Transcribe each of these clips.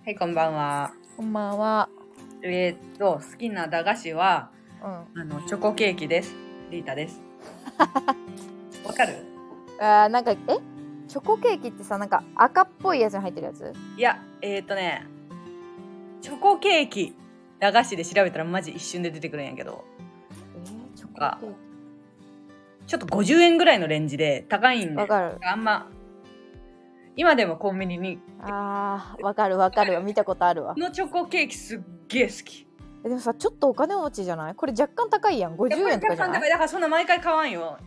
はい、こんばんは。 こんばんは。 好きな駄菓子は、 うん。 チョコケーキです。リータです。わかる？ なんか、チョコケーキってさ、なんか赤っぽいやつに入ってるやつ？ いや、チョコケーキ、駄菓子で調べたらマジ一瞬で出てくるんやけど、 チョコケーちょっと50円ぐらいのレンジで高いんキ。 で、 わかる。 あんま、今でもコンビニに、 わかるわかるわ。見たことあるわ。 のチョコケーキすっげえ好き。 でもさ、ちょっとお金持ちじゃない？これ若干高いやん。50円とかじゃない？ だからそんな毎回買わんよ。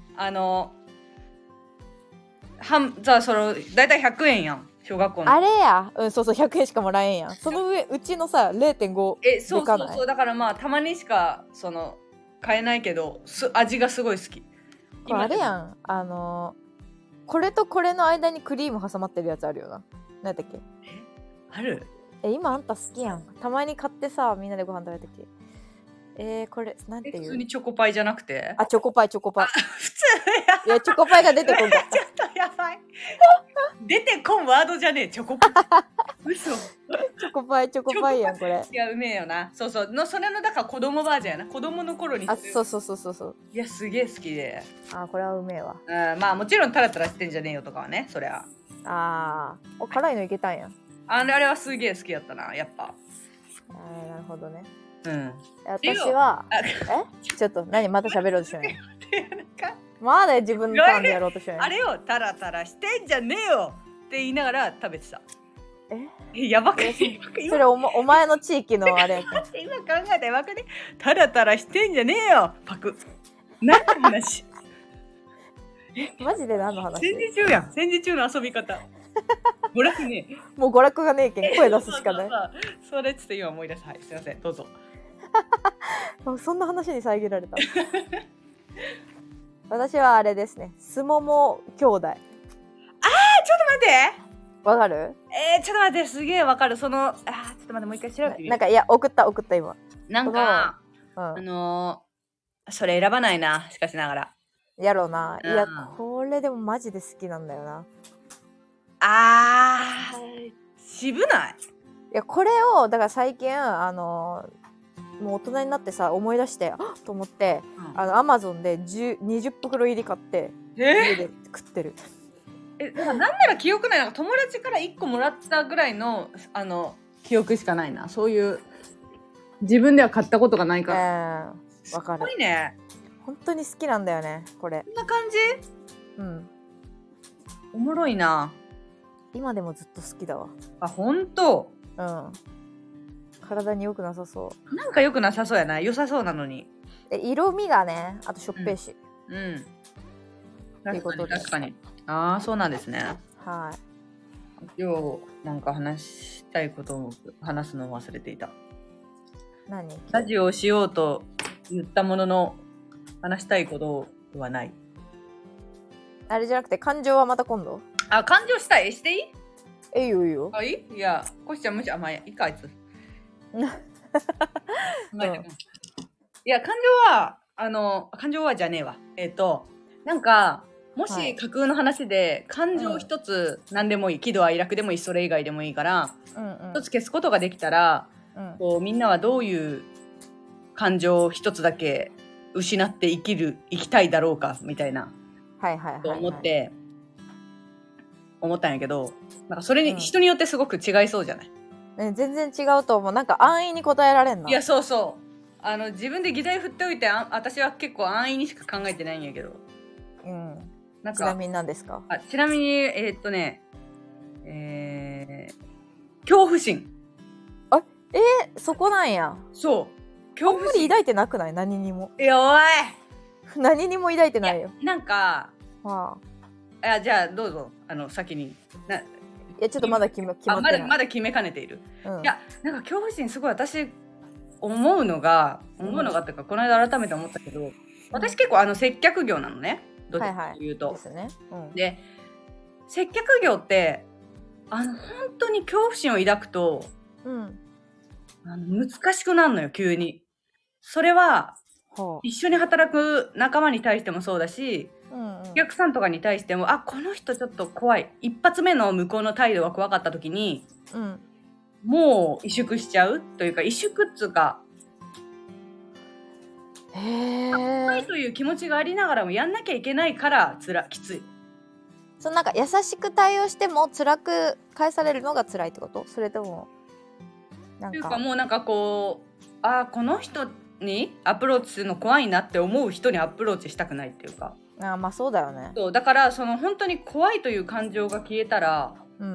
だいたい100円やん。小学校の。 あれや。そうそう、100円しかもらえんやん。その上、うちのさ、0.5 そうでかない？ だからまあたまにしか買えないけど味がすごい好き。 これあれやん。これとこれの間にクリーム挟まってるやつあるよな。何だっけ？ ある？ 今あんた好きやん。たまに買ってさ、みんなでご飯食べた時。これなんていう？ 普通にチョコパイじゃなくて？ チョコパイ。 普通いや、チョコパイが出てこんかっちょっとやばい。出てこんワードじゃねえ、チョコパイ。嘘。 チョコパイやんこれ。 いや、うめえよな。そうそうそれのだから子供バージョンやな。子供の頃に。 そう。 いや、すげえ好きで。 これはうめえわ。 まあもちろんタラタラしてんじゃねえよとかはね、そりゃ。 辛いのいけたんや。 あれはすげえ好きやったな、やっぱ。 なるほどね。 私はちょっと何また喋ろうとしてない？まだ自分のターンでやろうとしてない？ あれをタラタラしてんじゃねえよって言いながら食べてた。やばくね？ それお前の地域のあれや今考えたらやばくね？タラタラしてんじゃねえよパク。何の話？ マジで何の話？ 戦時中やん。戦時中の遊び方。娯楽ねえ。 もう娯楽がねえけん声出すしかない。 それちょっと今思い出す。はい、すいません、どうぞ。 そんな話に遮られた。私はあれですね、すもも兄弟。 ちょっと待って。 わかる？ ちょっと待って、すげえわかる。ちょっと待って、もう一回調べてみる。 なんかいや送った今。 なんか、それ選ばないな、しかしながら。 やろうな。いや、これでもマジで好きなんだよな。 渋ない？ いや、これをだから最近もう大人になってさ思い出してと思って、Amazon で20袋入り買って家で食ってる。 なんなら記憶ない。なんか友達から1個もらったぐらいの記憶しかないな。そういう自分では買ったことがないから。 わかる。 すごいね。 本当に好きなんだよねこれ。 こんな感じ？おもろいな。 今でもずっと好きだわ。 本当？ 体に良くなさそう。 なんか良くなさそうやな。良さそうなのに。 色味がね、あとしょっぺいし。 確かに。そうなんですね。 はい。 今日なんか話したいことを話すのを忘れていた。 何？ ラジオをしようと言ったものの話したいことはない。 あれじゃなくて感情はまた今度？ 感情したい？していい？ いいよ。 いい？いや、こしちゃん無視。まあいいかあいつ。いや、感情はじゃねえわ。なんかもし架空の話で感情一つ何でもいい、喜怒哀楽でもいい、それ以外でもいいから一つ消すことができたら、みんなはどういう感情を一つだけ失って生きたいだろうかみたいなと思ったんやけど、なんかそれに人によってすごく違いそうじゃない？ 全然違うと思う。なんか安易に答えられんな。 いや、そう自分で議題振っておいて私は結構安易にしか考えてないんやけど。 なんかちなみに何ですか？ ちなみに恐怖心。 そこなんや。 そう恐怖心あんまり抱いてなくない？何にも。 いや、おい何にも抱いてないよ。 なんかじゃあどうぞ先に。 いや、ちょっとまだ決まってない。 まだ決めかねている。いや、なんか恐怖心すごい私思うのがっていうか、この間改めて思ったけど、私結構接客業なのね、どっちかというと。 ですね。 で、接客業って本当に恐怖心を抱くと、難しくなるのよ、急に。それは一緒に働く仲間に対してもそうだし、お客さんとかに対してもこの人ちょっと怖い、一発目の向こうの態度が怖かった時に、 もう萎縮しちゃうというか、萎縮っつうか、 へえ。 という気持ちがありながらもやんなきゃいけないからきつい。 そのなんか優しく対応しても辛く返されるのが辛いってこと？それともなんか。 というかもうなんかこう、この人にアプローチするの怖いなって思う人にアプローチしたくないっていうか。 まあそうだよね。 そうだからその本当に怖いという感情が消えたら、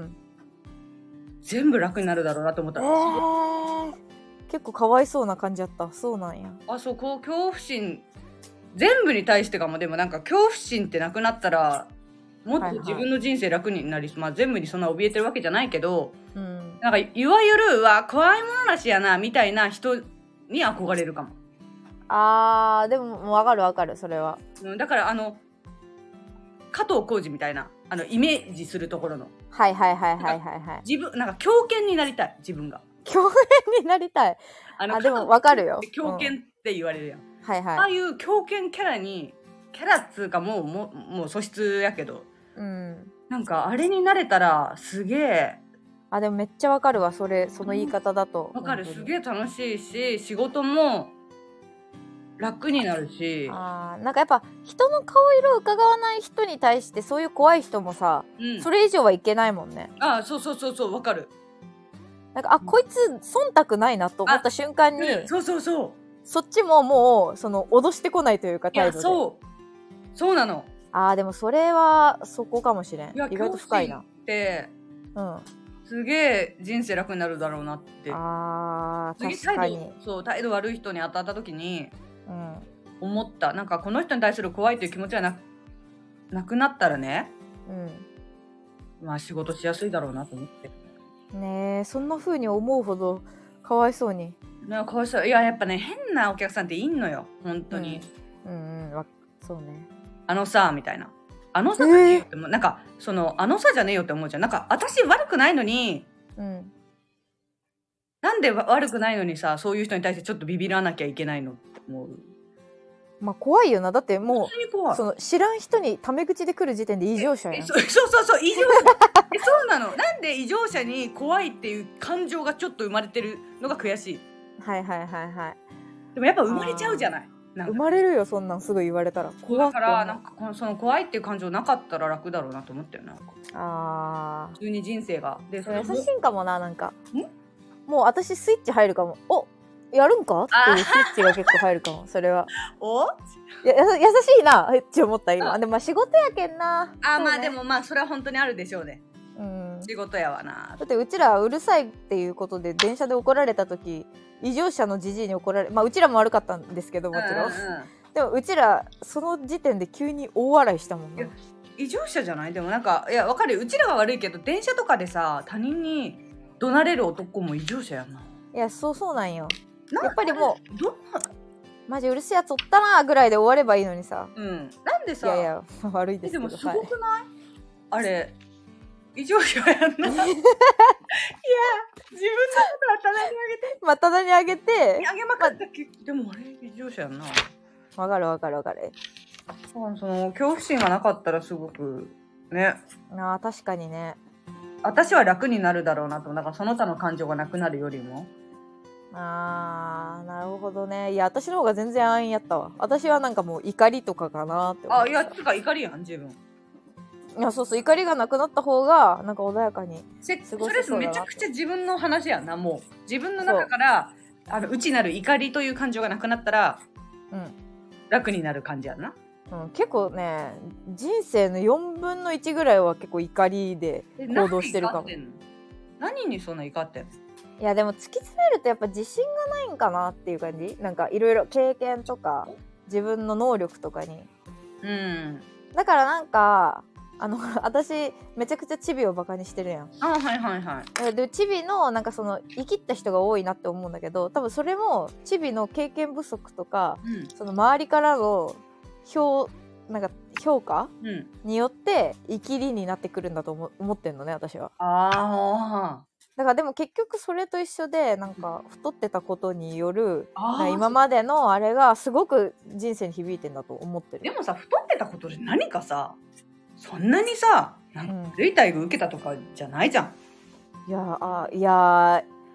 全部楽になるだろうなと思った。 結構かわいそうな感じだった。そうなんや。 そうこう恐怖心全部に対してかも。でもなんか恐怖心ってなくなったらもっと自分の人生楽になり、全部にそんな怯えてるわけじゃないけど、なんかいわゆる怖いものなしやなみたいな人に憧れるかも。 でもわかるわかる、それは。 だから加藤浩次みたいなイメージするところの自分なんか狂犬になりたい。自分が狂犬になりたい。でもわかるよ。 狂犬って言われるやん。 ああいう狂犬キャラっつうかもう素質やけど、なんかあれになれたらすげえ。 でもめっちゃわかるわ、その言い方だと。 わかる。すげえ楽しいし仕事も楽になるし。 なんかやっぱ人の顔色を伺わない人に対してそういう怖い人もさ、それ以上はいけないもんね。 そうわかる。 なんかこいつ忖度ないなと思った瞬間に、そっちももう脅してこないというか態度で。 そうなの。 でもそれはそこかもしれん。意外と深いな。 ってすげえ人生楽になるだろうなって。 確かに。 態度悪い人に当たった時に思った。なんかこの人に対する怖いという気持ちがなくなったらね、仕事しやすいだろうなと思って。 ねえ、そんな風に思うほどかわいそうに。 かわいそう。いや、やっぱね、変なお客さんっていんのよ本当に。 そうね。 みたいな。さじゃねえよってなんかさじゃねえよって思うじゃん。なんか私悪くないのに、なんで悪くないのにさ、そういう人に対してちょっとビビらなきゃいけないのって思う。 怖いよな。だってもう知らん人にタメ口で来る時点で異常者やん。 そう異常そうなの。なんで異常者に怖いっていう感情がちょっと生まれてるのが悔しい。でもやっぱ生まれちゃうじゃない。 生まれるよ、そんなんすぐ言われたら。 だからなんかその怖いっていう感情なかったら楽だろうなと思ったよ。なんか普通に人生が優しいんかもな。なんかもう私スイッチ入るかも。やるんかっていうスイッチが結構入るかも。それは優しいなって思った今。でも仕事やけんな。 でもそれは本当にあるでしょうね。仕事やわな。 だってうちらうるさいっていうことで電車で怒られた時、異常者のじじいに怒られ、うちらも悪かったんですけどもちろん、でもうちらその時点で急に大笑いしたもんな。 異常者じゃない？でもなんかいやわかるよ。うちらが悪いけど電車とかでさ他人に怒鳴れる男も異常者やな。 いやそうなんよ。やっぱりもうマジうるせえやつおったなぐらいで終わればいいのにさ。 なんでさ。 いや悪いですけど。 でもすごくない？あれ異常者やんな。いや自分のことは棚にあげてあげまかったっけ。でもあれ異常者やんな。 わかる。 その恐怖心がなかったらすごくね。 確かにね。 私は楽になるだろうなと。なんかその他の感情がなくなるよりも。 なるほどね。いや私の方が全然安易やったわ。私はなんかもう怒りとかかなって思った。 いやつか怒りやん自分。 いやそう怒りがなくなった方がなんか穏やかに過ごせそうだな。 それめちゃくちゃ自分の話やな。もう自分の中から内なる怒りという感情がなくなったら、楽になる感じやな。 結構ね人生の4分の1ぐらいは結構怒りで行動してるかも。 何にそんな怒ってんの？ いやでも突き詰めるとやっぱ自信がないんかなっていう感じ。なんかいろいろ経験とか自分の能力とかに。だからなんか私めちゃくちゃチビをバカにしてるやん。でチビのなんかその生きった人が多いなって思うんだけど、多分それもチビの経験不足とか、その周りからのなんか評価、によって生きりになってくるんだと思ってんのね私は。だからでも結局それと一緒でなんか太ってたことによる今までのあれがすごく人生に響いてんだと思ってる。 でもさ太ってたことで何かさそんなにさ悪い待遇受けたとかじゃないじゃん。 いや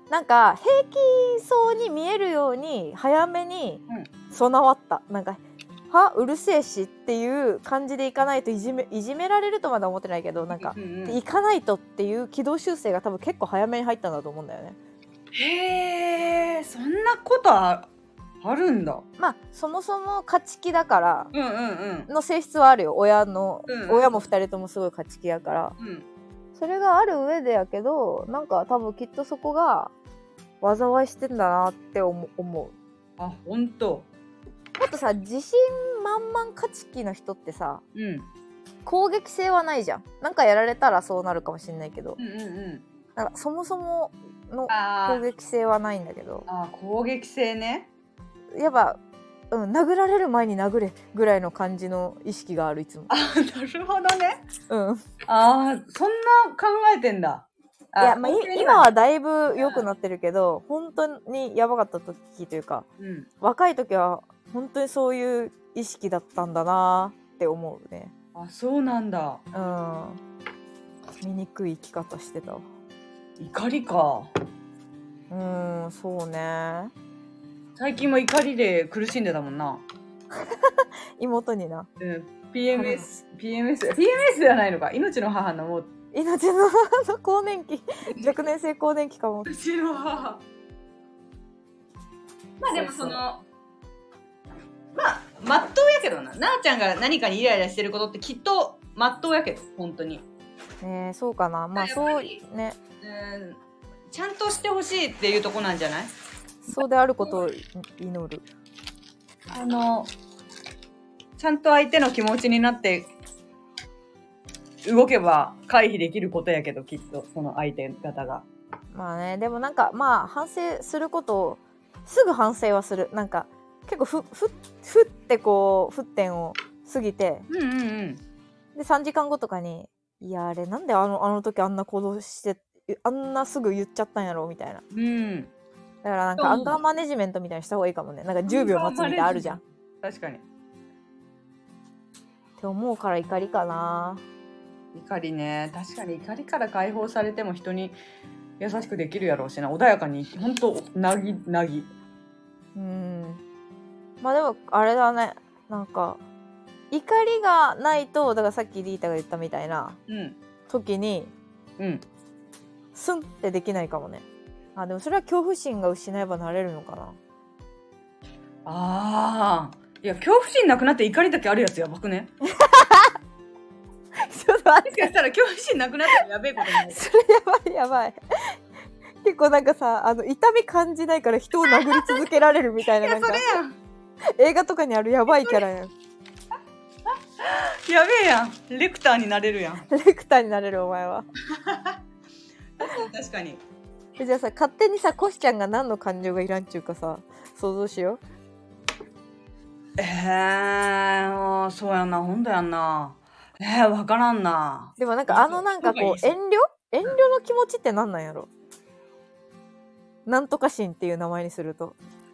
なんか平気そうに見えるように早めに備わった、なんかうるせえしっていう感じでいかないといじめられるとまだ思ってないけど、なんか、いかないとっていう軌道修正が多分結構早めに入ったんだと思うんだよね。 へえ、そんなことあるんだ。 まあそもそも勝ち気だからうんうんうんの性質はあるよ、親も2人ともすごい勝ち気やから、それがある上でやけど、なんか多分きっとそこが災いしてんだなって思う。 あ、ほんと。 もっとさ、自信満々勝ち気の人ってさ、攻撃性はないじゃん。なんかやられたらそうなるかもしれないけど、なんかそもそもの攻撃性はないんだけど。 攻撃性ね。 やっぱ、殴られる前に殴れぐらいの感じの意識がある、いつも。 なるほどね。そんな考えてんだ。 いや、まあ、今はだいぶ良くなってるけど、本当にやばかった時というか、若い時は本当にそういう意識だったんだなって思うね。 そうなんだ。 醜い生き方してた。 怒りか。 そうね。 最近も怒りで苦しんでたもんな。 妹にな。 PMS ではないのか。命の母のもう。 命の母の更年期。若年性更年期かも。 うちの母。まあでもまっとうやけどな。なあちゃんが何かにイライラしてることってきっとまっとうやけど、本当に。 そうかな。まあそうね。 ちゃんとしてほしいっていうとこなんじゃない？ そうであることを祈る。 ちゃんと相手の気持ちになって動けば回避できることやけど、きっとその相手方が。 まあね、でもなんかまあ反省することをすぐ反省はする。なんか結構ふってこう沸点を過ぎて、で3時間後とかに、いやあれなんであの時あんな行動してあんなすぐ言っちゃったんやろみたいな。だからなんかアンガーマネジメントみたいにした方がいいかもね。なんか10秒待つみたいなあるじゃん。 確かに。 って思うから怒りかな。 怒りね。確かに怒りから解放されても人に優しくできるやろうしな。穏やかに、ほんとなぎ。 まあでもあれだね。なんか怒りがないと、だからさっきリータが言ったみたいな時に、スンってできないかもね。でもそれは恐怖心が失えばなれるのかな。 いや、恐怖心なくなって怒りだけあるやつやばくね？ ちょっと待って。 もしかしたら恐怖心なくなったらやべえことになる。 それやばい。結構なんかさ、痛み感じないから人を殴り続けられるみたいな、なんかそれやん。 映画とかにあるやばいキャラやん。 やべえやん。レクターになれるやん。 レクターになれるお前は。 確かに。 じゃあさ、勝手にさ、コシちゃんが何の感情がいらんちゅうかさ、想像しよう。 もうそうやんな、ほんとやんな。わからんな。 でもなんかなんかこう遠慮の気持ちって何なんやろ。なんとか心っていう名前にすると。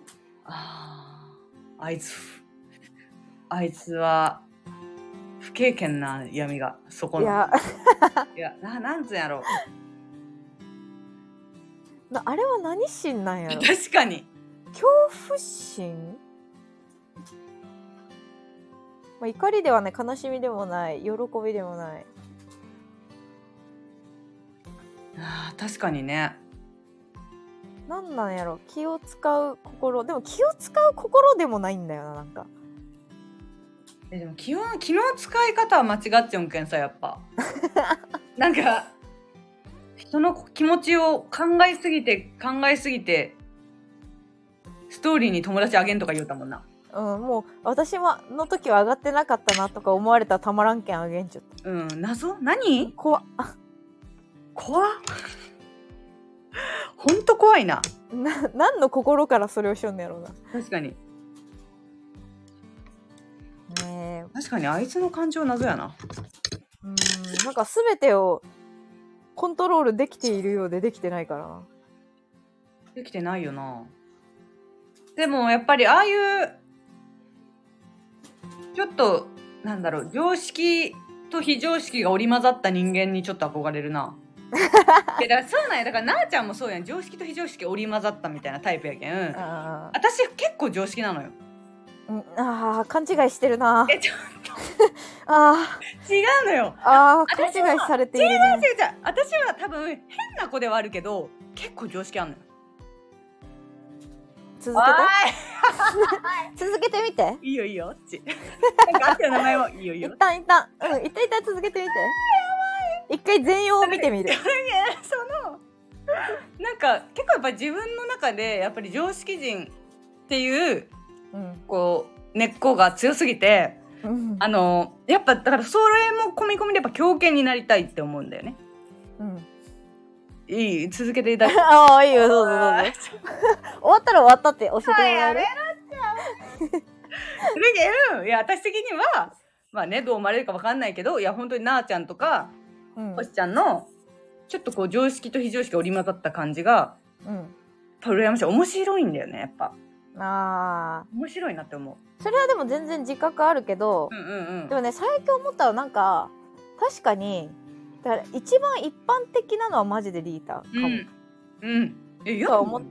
あいつは不経験な闇がそこの。いやなんつうんやろ。 あれは何心なんやろ。 確かに。 恐怖心？怒りではない、悲しみでもない、喜びでもない。 確かにね。 なんなんやろ。気を使う心。でも気を使う心でもないんだよな、なんか。 でも気の使い方は間違っちゃうんけんさ、やっぱ。なんか人の気持ちを考えすぎてストーリーに友達あげんとか言うたもんな。 もう私の時は上がってなかったなとか思われたらたまらんけんあげんちゃった。 謎？何？怖っ。ほんと怖いな。 何の心からそれをしよんのやろうな。 確かに。確かにあいつの感情謎やな。 なんか全てをコントロールできているようでできてないからな。 できてないよな。でもやっぱりああいうちょっとなんだろう、常識と非常識が織り交ざった人間にちょっと憧れるな。 だからそうなんや。だからなあちゃんもそうやん。常識と非常識織り交ざったみたいなタイプやけん。私結構常識なのよ。 勘違いしてるな。 ちょっと違うのよ。 勘違いされている、ね。 違う。私は多分変な子ではあるけど結構常識あんのよ。 続けて続けてみて。 いいよなんかあっての名前もいいよ一旦続けてみて。一回全容を見てみる。 なんか結構やっぱり自分の中でやっぱり常識人っていう、こう根っこが強すぎて、やっぱだからそれも込み込みでやっぱ狂犬になりたいって思うんだよね。いい続けていただきいいよ、どうぞ終わったら終わったって教えてもらえる？ いや私的にはまあねどう思われるか分かんないけど、いや本当になあちゃんとか星ちゃんのちょっとこう常識と非常識が織り交ざった感じが羨ましい。面白いんだよねやっぱ。面白いなって思う。 それはでも全然自覚あるけど、でもね最近思ったらなんか確かにだから一番一般的なのはマジでリータかも、と思って、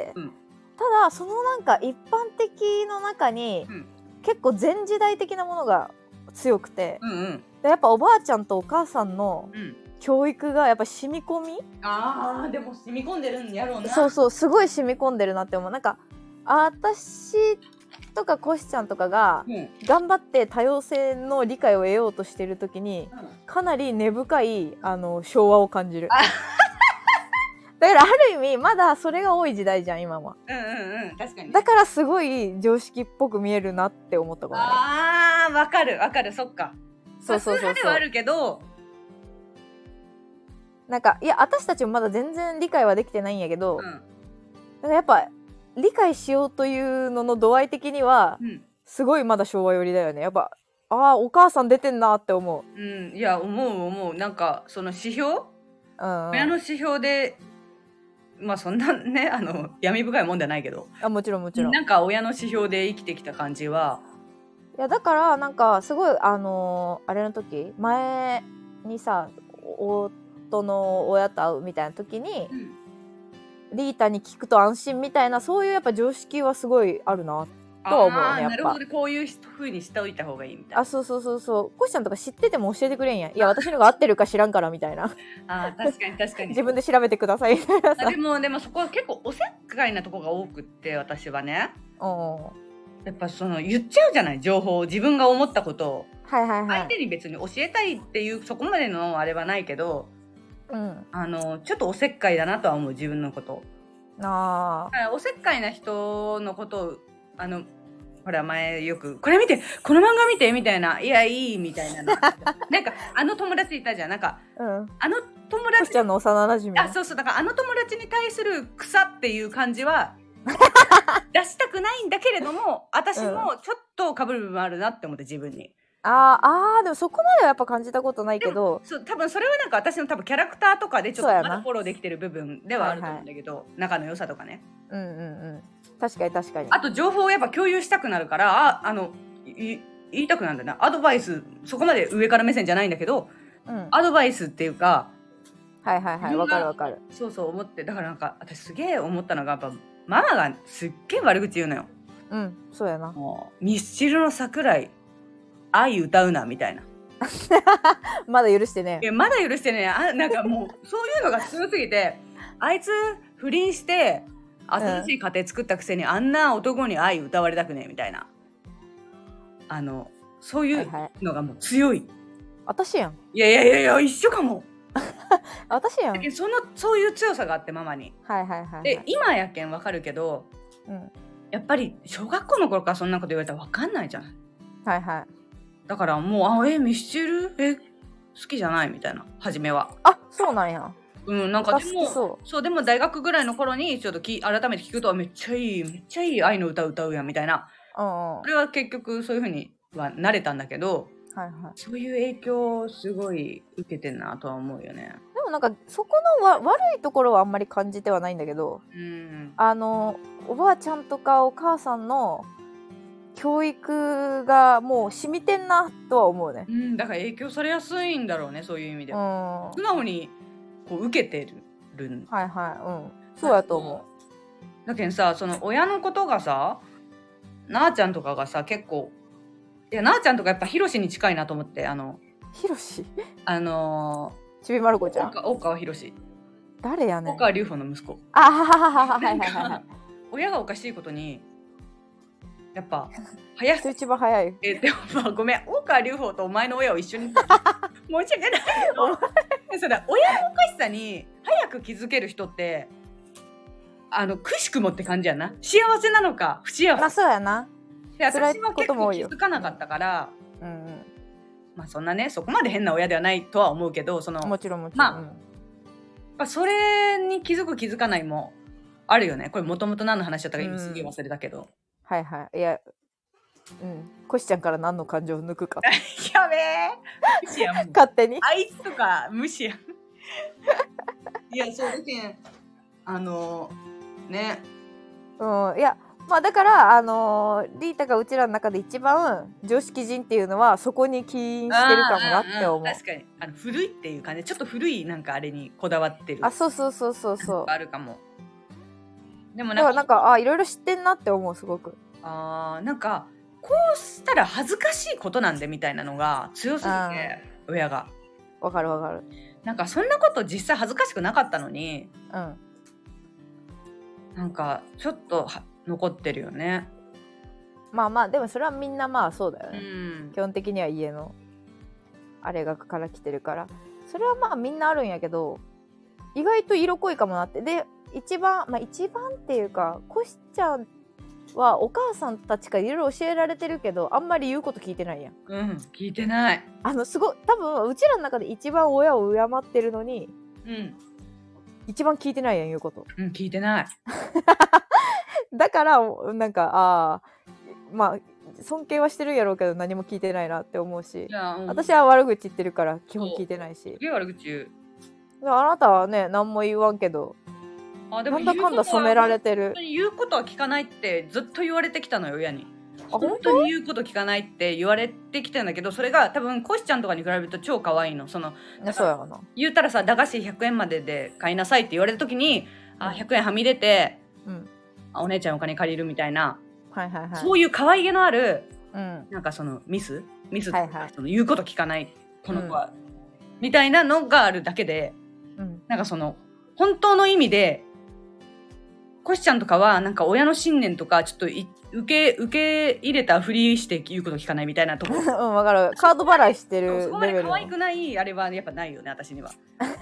ただそのなんか一般的の中に、結構前時代的なものが強くて、でやっぱおばあちゃんとお母さんの教育がやっぱ染み込み、 でも染み込んでるんやろうな。 そうすごい染み込んでるなって思う。なんか私とかコシちゃんとかが頑張って多様性の理解を得ようとしてる時に、かなり根深い昭和を感じる。だからある意味まだそれが多い時代じゃん今は。 確かに。 だからすごい常識っぽく見えるなって思ったからね。わかるそっか。そうではあるけど、 なんかいや私たちもまだ全然理解はできてないんやけど、だからやっぱ理解しようというのの度合い的には、すごいまだ昭和寄りだよね。やっぱお母さん出てんなって思う。 いや思う。なんかその指標、親の指標でまあそんなね闇深いもんじゃないけど、 もちろんなんか親の指標で生きてきた感じは、 いやだからなんかすごいあれの時前にさ夫の親と会うみたいな時に、リータに聞くと安心みたいな、そういうやっぱ常識はすごいあるなとは思うね。やっぱなるほど、こういう風にしておいた方がいいみたいな。 そうコシちゃんとか知ってても教えてくれんや。いや私のが合ってるか知らんからみたいな。 確かに自分で調べてくださいみたいなさ。 でもそこは結構おせっかいなとこが多くって、私はねやっぱその言っちゃうじゃない、情報を、自分が思ったことを相手に別に教えたいっていうそこまでのあれはないけど、ちょっとおせっかいだなとは思う自分のこと。おせっかいな人のことをほら前よくこれ見てこの漫画見てみたいな、いやいいみたいななんか友達いたじゃん、なんか、友達ちゃんの幼馴染み。 そうだから友達に対する草っていう感じは出したくないんだけれども、私もちょっと被る部分あるなって思って自分に。 でもそこまではやっぱ感じたことないけど、 多分それはなんか私の多分キャラクターとかでちょっとまだフォローできてる部分ではあると思うんだけど、仲の良さとかね。 確かに。 あと情報をやっぱ共有したくなるから言いたくなるんだな。アドバイス、そこまで上から目線じゃないんだけど、アドバイスっていうか、 わかる。 そう思って、だからなんか私すげえ思ったのがやっぱママがすっげえ悪口言うのよ。 そうやな。 ミスチルの桜井愛歌うなみたいな。 まだ許してね。 まだ許してね。なんかもうそういうのが強すぎて、あいつ不倫して新しい家庭作ったくせにあんな男に愛歌われたくねえみたいな、そういうのがもう強い。 私やん。 いや一緒かも。 私やん。 そういう強さがあってママに。で今やけんわかるけど、やっぱり小学校の頃からそんなこと言われたらわかんないじゃん。だからもうミスチル好きじゃないみたいな、初めは。 そうなんや。 なんかでも大学ぐらいの頃にちょっと改めて聞くと、めっちゃいい愛の歌歌うやんみたいな。これは結局そういう風には慣れたんだけど、そういう影響をすごい受けてんなとは思うよね。 でもなんかそこの悪いところはあんまり感じてはないんだけど、おばあちゃんとかお母さんの教育がもう染みてんなとは思うね。 だから影響されやすいんだろうね、そういう意味では。素直にこう受けてるんはいはい、そうやと思だけどさ、その親のことがさ、なあちゃんとかがさ結構、いやなあちゃんとかやっぱヒロシに近いなと思って、 ヒロシちちびまる子ちゃん大川ヒロシ、 誰やねん。 大川隆法の息子。 あはははははいはいはいはい。 親がおかしいことにやっぱ早人一番早い。 でもまあごめん、大川隆法とお前の親を一緒に申し訳ないけどそれ親のおかしさに早く気づける人ってくしくもって感じやな。幸せなのか不幸せ。 まあそうやな。 で私辛いは結構気ことも多いよづかなかったから、 うんうんまあそんなねそこまで変な親ではないとは思うけど、そのもちろんもちろん。 まあやっぱそれに気づく気づかないもあるよね。これもともと何の話だったか今すげえ忘れたけど、 はいはい。いや、コシちゃんから何の感情を抜くか。 やべえ無視やもん勝手に。 あいつとか無視やんいやそうだけんね、 いやまあだからリータがうちらの中で一番常識人っていうのはそこに起因してるかもなって思う。 確かに古いっていう感じ、ちょっと古いなんかあれにこだわってる。 そうそうあるかも。でもだからなんかいろいろ知ってんなって思うすごく。 なんかこうしたら恥ずかしいことなんでみたいなのが強すぎて、親が。 わかるわかる。 なんかそんなこと実際恥ずかしくなかったのに、なんかちょっと残ってるよね。 まあまあでもそれはみんなまあそうだよね、基本的には家のあれがから来てるからそれはまあみんなあるんやけど、意外と色濃いかもなって。で一番っていうかコシちゃんはお母さんたちからいろいろ教えられてるけどあんまり言うこと聞いてないやん。 聞いてない。 すごい多分うちらの中で一番親を敬ってるのに、一番聞いてないやん言うこと。 聞いてない。 だからなんかまあ尊敬はしてるやろうけど何も聞いてないなって思うし、私は悪口言ってるから基本聞いてないし。 悪口言う。 あなたはね何も言わんけど、 でもなんだかんだ染められてる。 言うことは聞かないってずっと言われてきたのよ親に。 本当に言うこと聞かないって言われてきたんだけど、それが多分コシちゃんとかに比べると超可愛いの。そうやな。 言うたらさ駄菓子100円までで買いなさいって言われた時に、100円はみ出て、お姉ちゃんお金借りるみたいな、そういう可愛げのある、なんかそのミスその言うこと聞かないこの子は、みたいなのがあるだけで、なんかその本当の意味でコシちゃんとかはなんか親の信念とかちょっと受け入れたふりして言うこと聞かないみたいなところ。 わかる。カード払いしてるレベル。 そこまで可愛くないあれはやっぱないよね私には。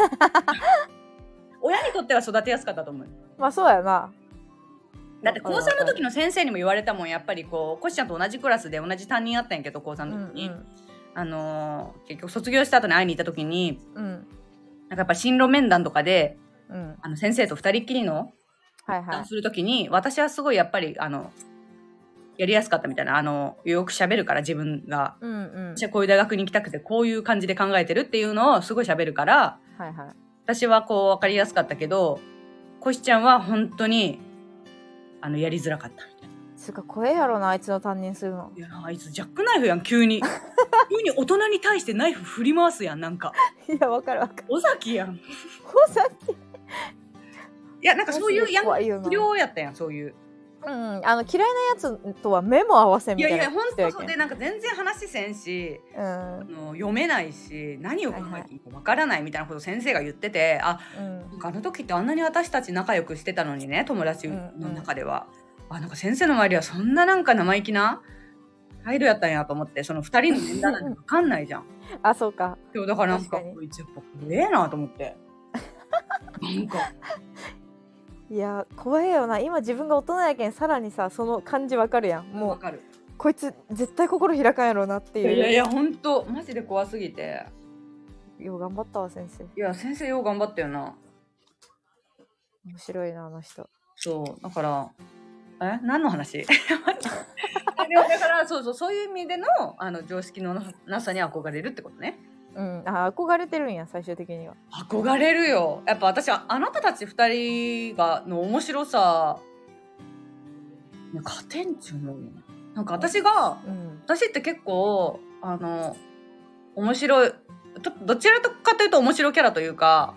親にとっては育てやすかったと思う。 まあそうやな。 だって高3の時の先生にも言われたもん。やっぱりこうコシちゃんと同じクラスで同じ担任あったんやけど高3の時に、結局卒業した後に会いに行った時に、なんかやっぱ進路面談とかで、先生と二人っきりのする時に、私はすごいやっぱりやりやすかったみたいな、よく喋るから自分が、私はこういう大学に行きたくてこういう感じで考えてるっていうのをすごい喋るから、私はこう分かりやすかったけど、コシちゃんは本当にやりづらかったみたいな。 つうか怖えやろなあいつの担任するの。 いやあいつジャックナイフやん急に急に大人に対してナイフ振り回すやん。なんかいやわかる尾崎やん。 尾崎いやなんかそういう不良やったやん。そういう嫌いなやつとは目も合わせみたいな。 いや本当そうで、なんか全然話せんし、読めないし何を考えていいかわからないみたいなこと先生が言ってて、なんか時ってあんなに私たち仲良くしてたのにね、友達の中では、なんか先生の周りはそんななんか生意気な態度やったんやと思って、その2人の面談なんて分かんないじゃん。 そうか。 だからなんかこいつやっぱ怖えなと思ってなんかいや怖えよな。今自分が大人やけんさらにさその感じわかるやん。もうわかる。 こいつ絶対心開かんやろうなっていう。 いやほんとマジで怖すぎて。 よう頑張ったわ先生。 いや先生よう頑張ったよな。 面白いなあの人。 そうだから何の話でもだからそういう意味での常識のなさに憧れるってことね。 憧れてるんや最終的には。 憧れるよ。やっぱ私はあなたたち2人の面白さ勝てんちゅうのよ。なんか私って結構面白いどちらかというと面白キャラというか、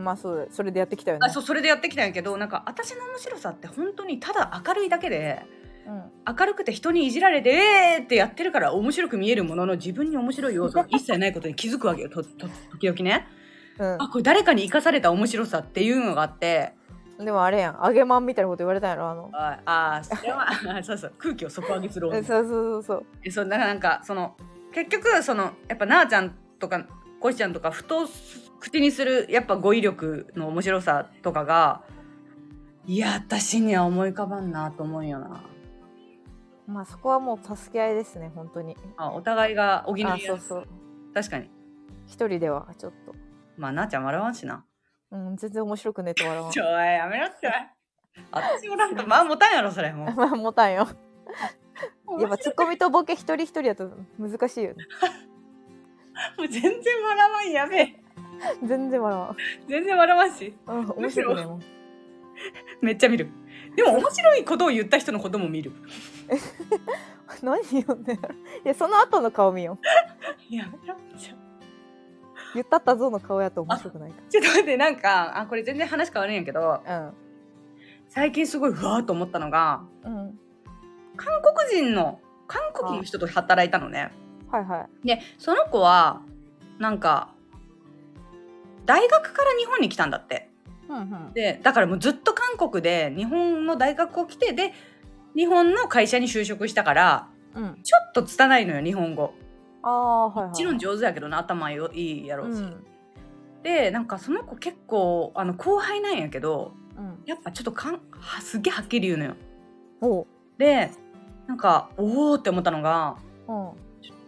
まあそれでやってきたよね。 それでやってきたんやけど、なんか私の面白さって本当にただ明るいだけで、明るくて人にいじられてってやってるから面白く見えるものの、自分に面白い要素が一切ないことに気づくわけよ。時々ね、これ誰かに生かされた面白さっていうのがあって。 でもあれやん、揚げまんみたいなこと言われたんやろ、 それはそう空気を底上げするそうなんかその結局そのやっぱなあちゃんとかこしちゃんとかふと口にするやっぱ語彙力の面白さとかが、いや私には思い浮かばんなと思うんよな。 まあそこはもう助け合いですね、本当に。 お互いが補い合い。確かに一人ではちょっと。 まあなあちゃん笑わんしな。 全然面白くねえと笑わん。 やめろって。私もなんかまあ持たんやろそれも。 まあ持たんよ。やっぱツッコミとボケ一人一人だと難しいよね。 もう全然笑わん、やべえ。 全然笑わん。 全然笑わんし。 面白くねえもん。めっちゃ見る。でも面白いことを言った人のことも見る。 何よね。いやその後の顔見よ。 やめろじゃ。 言ったったぞの顔やと面白くないか。 ちょっと待って、なんかこれ全然話変わるんやけど、最近すごいうわーと思ったのが、韓国の人と働いたのね。でその子はなんか大学から日本に来たんだって。でだからもうずっと韓国で日本の大学を来て、で日本の会社に就職したから、ちょっと拙いのよ日本語。もちろん上手やけどな、頭いいやろうし、でなんかその子結構後輩なんやけど、やっぱちょっとすっげえはっきり言うのよ。でなんかおーって思ったのが、ちょ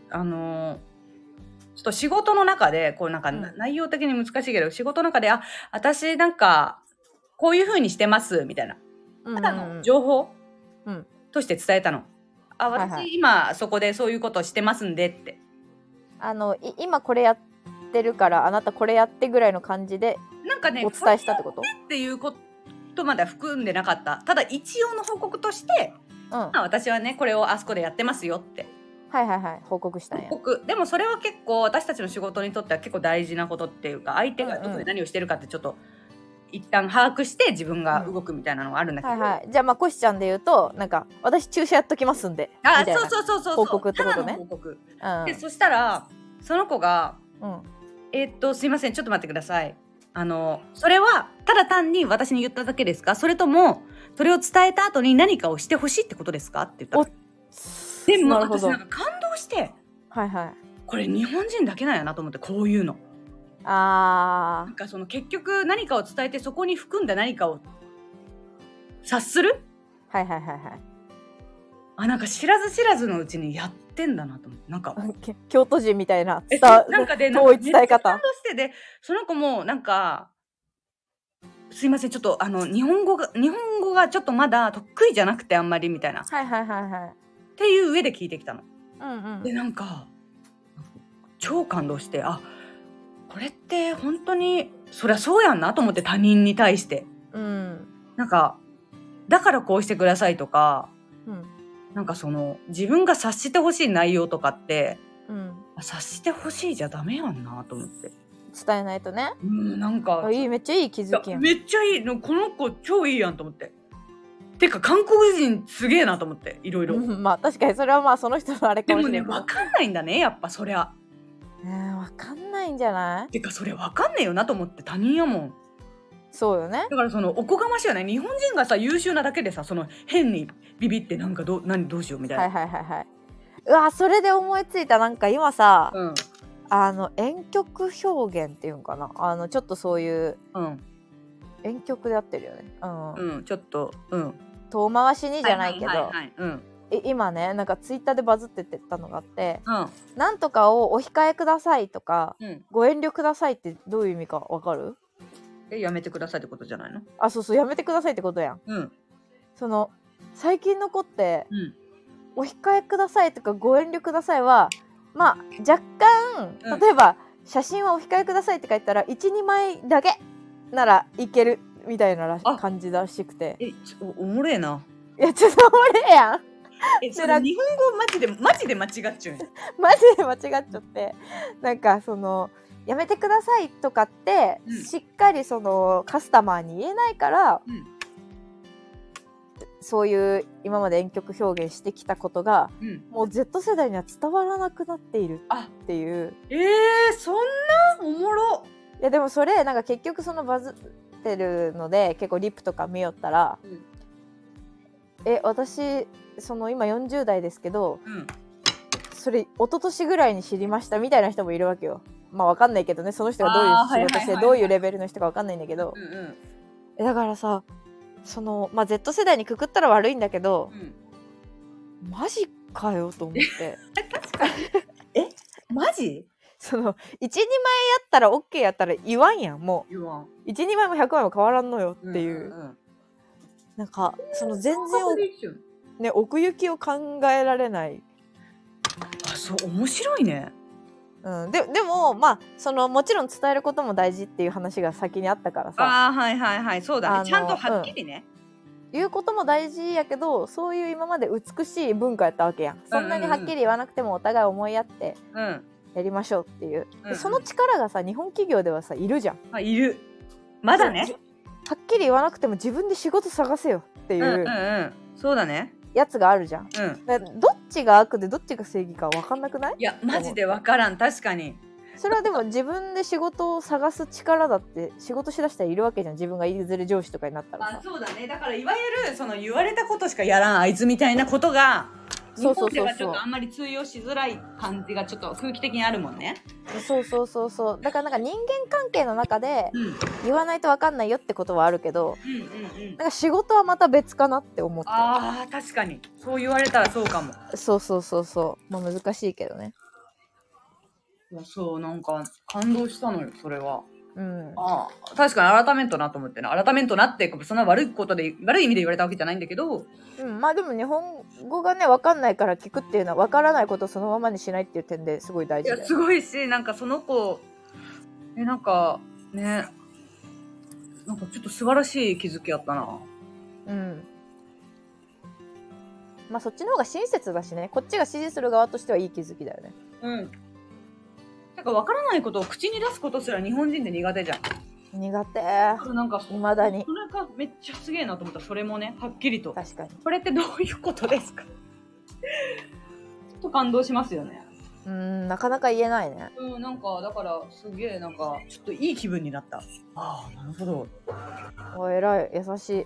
っと仕事の中でこうなんか内容的に難しいけど、仕事の中で私なんかこういう風にしてますみたいな、ただの情報として伝えたの。私今そこでそういうことしてますんでって、 今これやってるからあなたこれやってぐらいの感じでなんかねお伝えしたってことっていうことまでは含んでなかった。ただ一応の報告として、私はねこれをあそこでやってますよって報告したんや。 でもそれは結構私たちの仕事にとっては結構大事なことっていうか、相手がどこで何をしてるかってちょっと一旦把握して自分が動くみたいなのがあるんだけど、 じゃあまあコシちゃんで言うとなんか私注射やっときますんでみたいな報告ってことね。 報告、でそしたらその子が、すいませんちょっと待ってください、それはただ単に私に言っただけですか、それともそれを伝えた後に何かをしてほしいってことですかって言ったの。でも私なんか感動して、これ日本人だけなんやなと思って、こういうの。なんかその結局何かを伝えてそこに含んだ何かを察する。なんか知らず知らずのうちにやってんだなと思って、なんか京都人みたいななんかで遠い伝え方。 感動してでその子もなんかすいませんちょっと日本語がちょっとまだ得意じゃなくてあんまりみたいなっていう上で聞いてきたの。でなんか超感動して、これって本当にそりゃそうやんなと思って、他人に対して、なんかだからこうしてくださいとか、なんかその自分が察してほしい内容とかって、察してほしいじゃダメやんなと思って、 伝えないとね。 なんかめっちゃいい気づきやん。 めっちゃいいの、この子超いいやんと思って。てか韓国人すげえなと思って、いろいろ。 まあ確かにそれはまあその人のあれかもしれない。 でもね分かんないんだねやっぱそりゃ。 分かんないんじゃない？ てかそれ分かんねえよなと思って、他人やもん。 そうよね。 だからそのおこがましいよね、日本人がさ優秀なだけでさ、その変にビビってなんかどうしようみたいな。 うわそれで思いついた。なんか今さ、遠曲表現っていうんかな、ちょっとそういう、遠曲で合ってるよね。 ちょっと遠回しにじゃないけど、今ねなんかツイッターでバズってたのがあって、なんとかをお控えくださいとか、ご遠慮くださいってどういう意味かわかる？ やめてくださいってことじゃないの？ そうやめてくださいってことやん。その最近の子って、お控えくださいとかご遠慮くださいはまあ若干、例えば写真はお控えくださいって書いたら 1,2 枚だけならいけるみたいな感じらしくて、 おもれえな。 いやちょっとおもれえやん。 それ日本語マジで間違っちゃう。 マジで間違っちゃって、なんかそのやめてくださいとかって、しっかりそのカスタマーに言えないから、そういう今まで婉曲表現してきたことが、もう Z 世代には伝わらなくなっているっていう。 そんなおもろ。 いやでもそれなんか結局そのバズってるので結構リップとか見よったら、私その今40代ですけど、それ一昨年ぐらいに知りましたみたいな人もいるわけよ。まあわかんないけどね、その人がどういう仕事してどういうレベルの人かわかんないんだけど、だからさ、そのまあ Z 世代にくくったら悪いんだけど、マジかよと思ってマジ？ その1、2枚やったら OK やったら言わんやん。もう1、2枚も100枚も変わらんのよっていう、なんかその全然ね、奥行きを考えられない。 そう面白いね。 でもまあそのもちろん伝えることも大事っていう話が先にあったからさ、 そうだね、ちゃんとはっきりね、 言うことも大事やけど、そういう今まで美しい文化やったわけやん。そんなにはっきり言わなくてもお互い思い合ってやりましょうっていう、でその力がさ日本企業ではさいるじゃん。 いる。まだね、 はっきり言わなくても自分で仕事探せよっていうそうだねやつがあるじゃん。どっちが悪でどっちが正義か分かんなくない？ いやマジで分からん。確かにそれはでも自分で仕事を探す力だって仕事しだしたらいるわけじゃん。自分がいずれ上司とかになったらさ。 そうだね。だからいわゆるその言われたことしかやらんあいつみたいなことが日本ではちょっとあんまり通用しづらい感じがちょっと空気的にあるもんね。 そうだからなんか人間関係の中で言わないと分かんないよってことはあるけど、なんか仕事はまた別かなって思って。 確かにそう言われたらそうかも。 まあ難しいけどね。 いやそうなんか感動したのよそれは。確かに改めんとなと思ってね。改めんとなってそんな悪いことで悪い意味で言われたわけじゃないんだけど、 まあでも日本語がね分かんないから聞くっていうのは分からないことをそのままにしないっていう点ですごい大事だよ。 いやすごいし、なんかその子なんかね、なんかちょっと素晴らしい気づきやったな。 まあそっちの方が親切だしね、こっちが支持する側としてはいい気づきだよね。 なんか分からないことを口に出すことすら日本人で苦手じゃん。 苦手。 なんか未だに。 それがめっちゃすげえなと思った。それもね、はっきりと。 確かに。 これってどういうことですか？ちょっと感動しますよね。 なかなか言えないね。 なんかだからすげえなんかちょっといい気分になった。なるほど。 偉い、優しい。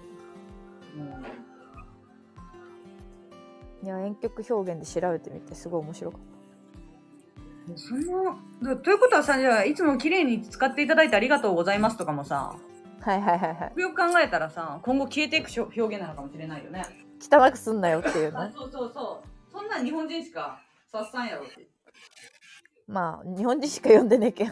いや婉曲表現で調べてみてすごい面白かった。 そんなということはさ、じゃあいつも綺麗に使っていただいてありがとうございますとかもさ、よく考えたらさ今後消えていく表現なのかもしれないよね。 汚くすんなよっていうね。 そんなん日本人しかさっさんやろって。 まあ日本人しか読んでねえけん。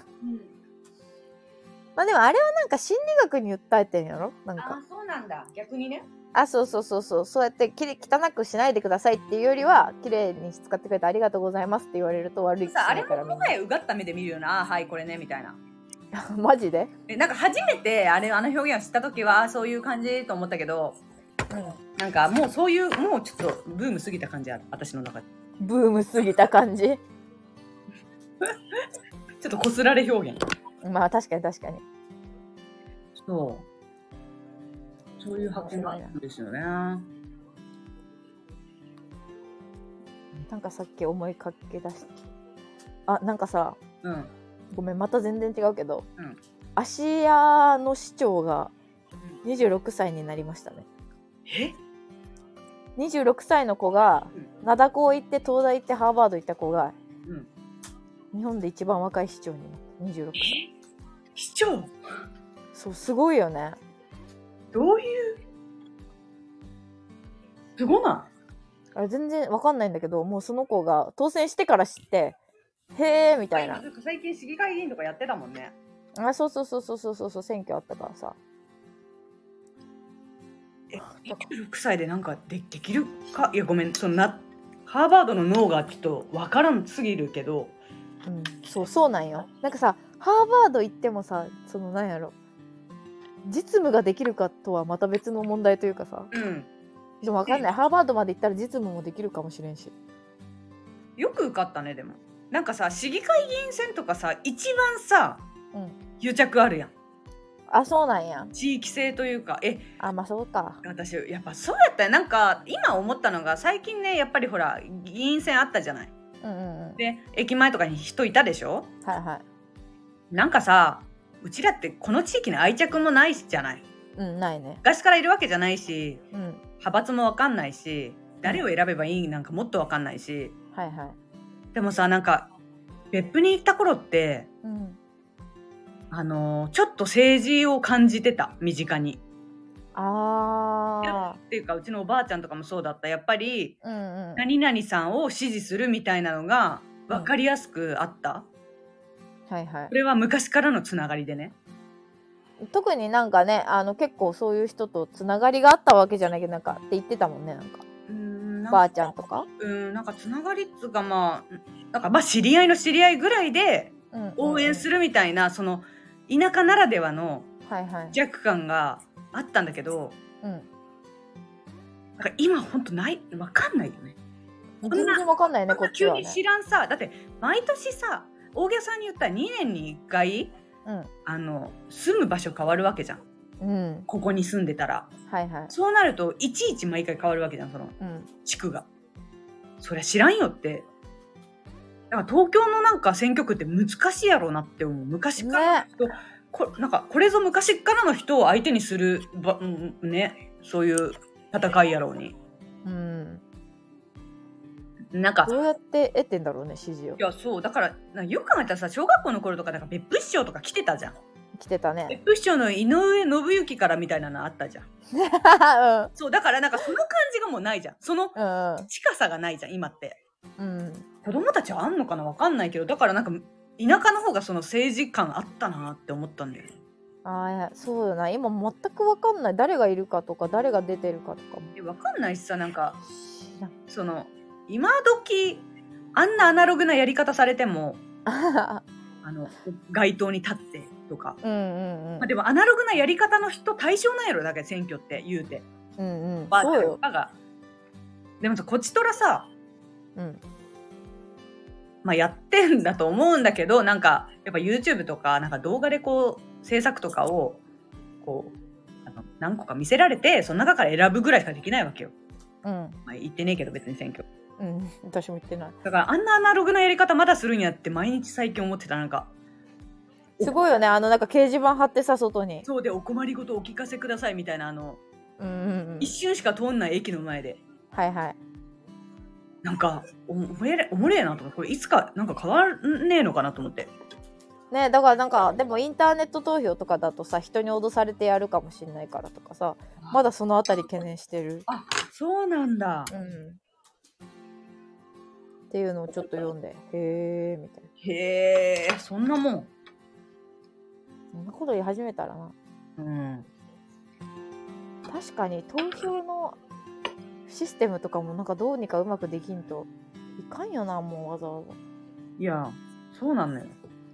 まあでもあれはなんか心理学に訴えてんやろなんか。 そうなんだ。逆にね。 そうやって汚くしないでくださいっていうよりは綺麗に使ってくれてありがとうございますって言われると悪い気しないから。 あれももはやうがった目で見るよな。はいこれねみたいな。 マジで？ なんか初めてあの表現を知った時はそういう感じと思ったけど、なんかもうそういうもうちょっとブーム過ぎた感じある私の中で。 ブーム過ぎた感じ。 ちょっとこすられ表現。 まあ確かに。 そういう発見があるんですよね。 なんかさっき思いかけ出したなんかさ、ごめんまた全然違うけど、芦屋の市長が26歳になりましたね。26歳の子が灘高行って東大行ってハーバード行った子が、日本で一番若い市長になった26歳。 市長？ そうすごいよね。 どういうすごない？ あれ全然わかんないんだけど、もうその子が当選してから知ってへーみたいな。 最近市議会議員とかやってたもんね。 そう選挙あったからさ。 26歳でなんかできるか。いやごめん、ハーバードの脳がちょっとわからんすぎるけど、 そうなんよ。なんかさハーバード行ってもさ、そのなんやろ、実務ができるかとはまた別の問題というかさ、でもわかんない。ハーバードまで行ったら実務もできるかもしれんし。 よく受かったね。でもなんかさ市議会議員選とかさ一番さ、 うん、 癒着あるやん。 あ、そうなんや。 地域性というかあ、まあそうか。 私やっぱそうやったよ。なんか今思ったのが最近ねやっぱりほら議員選あったじゃない。 うんうんうん。 で駅前とかに人いたでしょ。 はいはい。 なんかさうちらってこの地域に愛着もないじゃない。 うん、ないね。 昔からいるわけじゃないし、 うん。 派閥も分かんないし誰を選べばいいなんかもっと分かんないし、 はいはい。 でもさなんか別府に行った頃ってうん。 ちょっと政治を感じてた身近に。 あっていうかうちのおばあちゃんとかもそうだった。やっぱりあ。うんうん。 何々さんを支持するみたいなのが分かりやすくあった、 はいはいこ。れは昔からのつながりでね。 特になんかね、結構そういう人とつながりがあったわけじゃないけど、なんかって言ってたもんね、なんか。ばあちゃんとか。 なんかつながりっつうかまあなんかまあ知り合いの知り合いぐらいで応援するみたいな、その田舎ならではの弱感があったんだけど、なんか今ほんとない分かんないよね。 全然分かんないね、こっちはね。 急に知らんさ。だって毎年さ大げさに言ったら2年に1回、住む場所変わるわけじゃん、ここに住んでたら、そうなるといちいち毎回変わるわけじゃん、その地区が。そりゃ知らんよって。だから東京のなんか選挙区って難しいやろうなって思う。昔からの人、なんかこれぞ昔からの人を相手にするね、そういう戦いやろうに。なんかどうやって得てんだろうね、支持を。 いやそうだからよく考えたらさ、小学校の頃とかなんか別府市長とか来てたじゃん。 来てたね。 別府市長の井上信行からみたいなのあったじゃん。そうだからなんかその感じがもうないじゃん。その近さがないじゃん今って。子供たちはあんのかな分かんないけど、だからなんか田舎の方がその政治感あったなって思ったんだよね。 そうだな、今全く分かんない。誰がいるかとか誰が出てるかとかも分かんないしさ、なんかその今時あんなアナログなやり方されても街頭に立ってとか、まあ、でもアナログなやり方の人対象なんやろだけ選挙って言うて、ばあちゃんとかが。でもさこちとらさ、まあやってんだと思うんだけど、なんかやっぱ YouTube とかなんか動画でこう制作とかをこう何個か見せられて、その中から選ぶぐらいしかできないわけよ。まあ言ってねえけど別に選挙。 私も言ってない。 だからあんなアナログなやり方まだするんやって毎日最近思ってた。なんかすごいよね、なんか掲示板貼ってさ、外に。 そうでお困りごとお聞かせくださいみたいな一瞬しか通んない駅の前で。なんかおもれえなとか、これいつかなんか変わんねえのかなと思って。 ね、だからなんかでもインターネット投票とかだとさ、人に脅されてやるかもしれないからとかさ、まだそのあたり懸念してる。 あ、そうなんだ。 っていうのをちょっと読んで、へえみたいな。 へえ、そんなもん。 そんなこと言い始めたらな。確かに投票のシステムとかもなんかどうにかうまくできんといかんよな、もうわざわざ。 いや、そうなんだよ。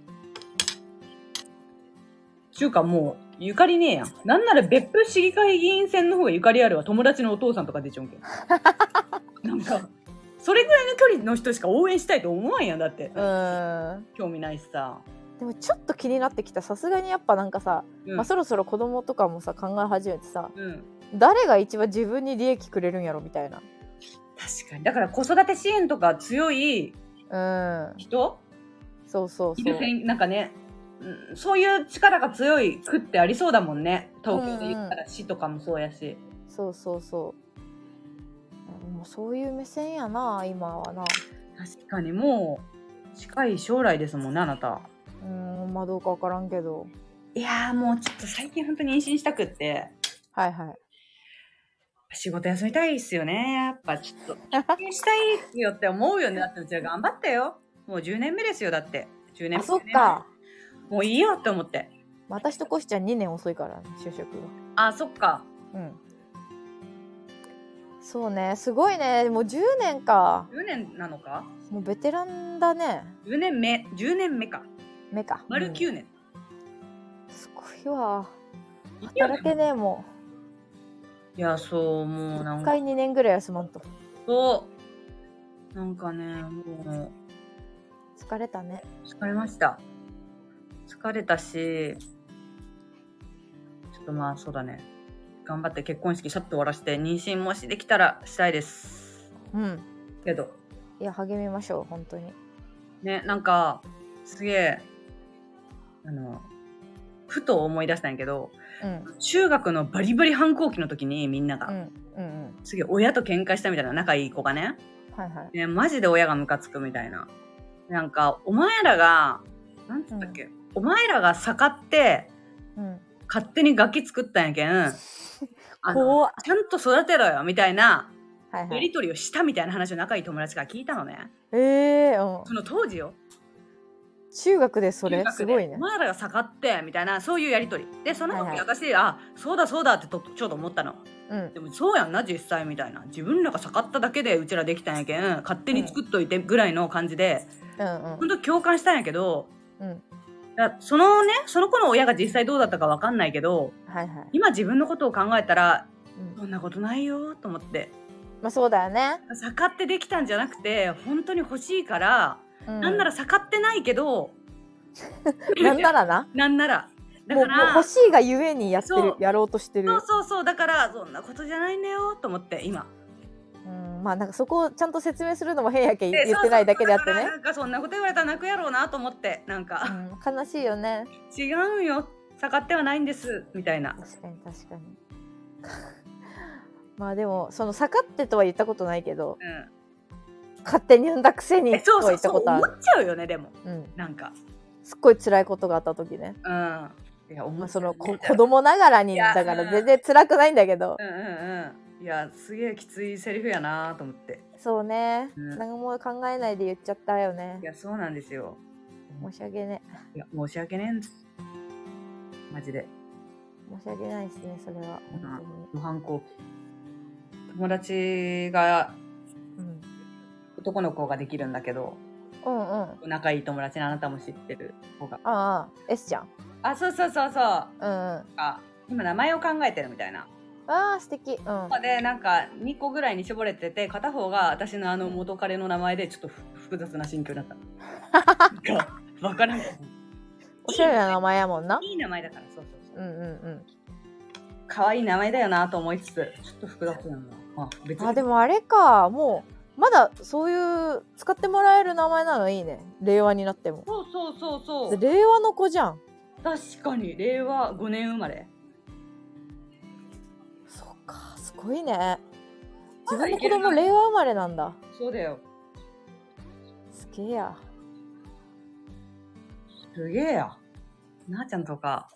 ちゅうかもうゆかりねえやん。なんなら別府市議会議員選の方がゆかりあるわ。友達のお父さんとか出ちゃうんけん。なんかそれぐらいの距離の人しか応援したいと思わんやん。だって興味ないしさ。 でもちょっと気になってきた。さすがにやっぱなんかさ、そろそろ子供とかもさ考え始めてさ、誰が一番自分に利益くれるんやろみたいな。 確かに。だから子育て支援とか強い人、そうなんかね、そういう力が強い区ってありそうだもんね。東京で言ったら市とかもそうやし。 もうそういう目線やな今はな。 確かにもう近い将来ですもんね、あなた。 まあどうか分からんけど。 いやもうちょっと最近本当に妊娠したくって。仕事休みたいっすよね。やっぱちょっとしたいよって思うよね。だってうちは頑張ったよ。もう10年目ですよ。だって10年目。 そっか。 もういいよって思って。 私とコシちゃん2年遅いから、ね、就職が。そっか。 そうね、すごいね。もう10年か。 10年なのか。 もうベテランだね。 10年目か。丸9年。 すごいわ。働けねえもん。いや、そうもうなんか 1回2年ぐらい休まんと。 そうなんかね、もう疲れたね。 疲れました。疲れたし、ちょっとまあそうだね。頑張って結婚式シャッと終わらせて、妊娠もしできたらしたいです。 うん。 けど。 いや、励みましょう、本当に。 ね、なんか、すげえ、ふと思い出したんやけど、中学のバリバリ反抗期の時にみんなが、すげえ親と喧嘩したみたいな、仲いい子がね、ね、マジで親がムカつくみたいな。なんか、お前らが、なんつったっけ、お前らが盛って、勝手にガキ作ったんやけん、ちゃんと育てろよ、みたいな、やりとりをしたみたいな話を仲いい友達から聞いたのね。その当時よ。 中学でそれすごいね。 お前らが盛ってみたいな、そういうやりとりで、その時私、あ、そうだそうだってちょっと思ったの。でもそうやんな実際みたいな、自分らが盛っただけでうちらできたんやけん、勝手に作っといてぐらいの感じで、本当共感したんやけど、そのね、その子の親が実際どうだったかわかんないけど、今自分のことを考えたら、そんなことないよと思って。 まあそうだよね。 盛ってできたんじゃなくて、本当に欲しいから、なんなら盛ってないけどなんならななんならだからもう欲しいがゆえにやろうとしてる。 そうだからそんなことじゃないんだよと思って今。 まあなんかそこをちゃんと説明するのも変やけん言ってないだけであってね。 なんかそんなこと言われたら泣くやろうなと思って、なんか、 悲しいよね。 違うよ、盛ってはないんですみたいな。 確かにまあでもその盛ってとは言ったことないけど、勝手に産んだくせにとは言ったことある。 思っちゃうよね。でも、なんかすっごい辛いことがあった時ね。いやその子供ながらにだから全然辛くないんだけど。 いやすげえきついセリフやなと思って。 そうね。何も考えないで言っちゃったよね。 いやそうなんですよ。 申し訳ね。 いや申し訳ねえんです。マジで。 申し訳ないですねそれは。 無反抗。友達が、男の子ができるんだけど、仲いい友達のあなたも知ってる子が。 S ちゃん。 そう。今名前を考えてるみたいな。 素敵。 でなんか2個ぐらいに絞れてて、片方が私の元彼の名前でちょっと複雑な心境だった。わからん。 おしゃれな名前やもんな。 いい名前だから。そう。可愛い名前だよなと思いつつ、ちょっと複雑なんだ。 でもあれか、もうまだそういう使ってもらえる名前なのいいね。令和になっても。 そう。 令和の子じゃん。 確かに令和5年生まれ。 そっか、すごいね。自分の子供令和生まれなんだ。 そうだよ。 すげえや。 すげえや。なあちゃんとか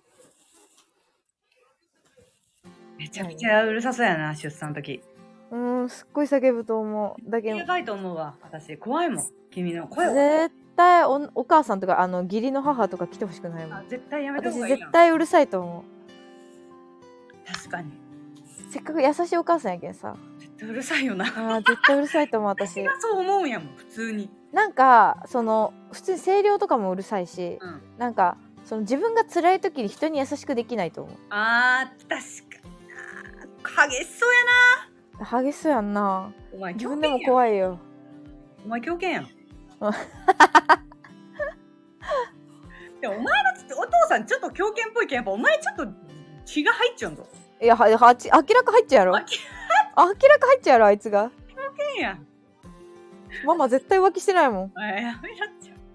めちゃくちゃうるさそうやな、出産の時。 すっごい叫ぶと思う。だけどやばいと思うわ。私怖いもん、君の声。 絶対お母さんとか義理の母とか来てほしくないもん。 絶対やめた方がいい。 私絶対うるさいと思う。 確かに。 せっかく優しいお母さんやけんさ。 絶対うるさいよな。 絶対うるさいと思う私。 私がそう思うんやもん、普通に。 なんか普通に声量とかもうるさいし、なんか自分が辛い時に人に優しくできないと思う。 確かに激しそうやな。激しそうやんな。 お前自分でも怖いよ。 お前狂犬やん。でもお前のお父さんちょっと狂犬っぽいけん、やっぱお前ちょっと血が入っちゃうんぞ。 いや明らか入っちゃうやろ。明らか入っちゃうやろあいつが。 狂犬やん。 ママ絶対浮気してないもん。 やめらっちゃう。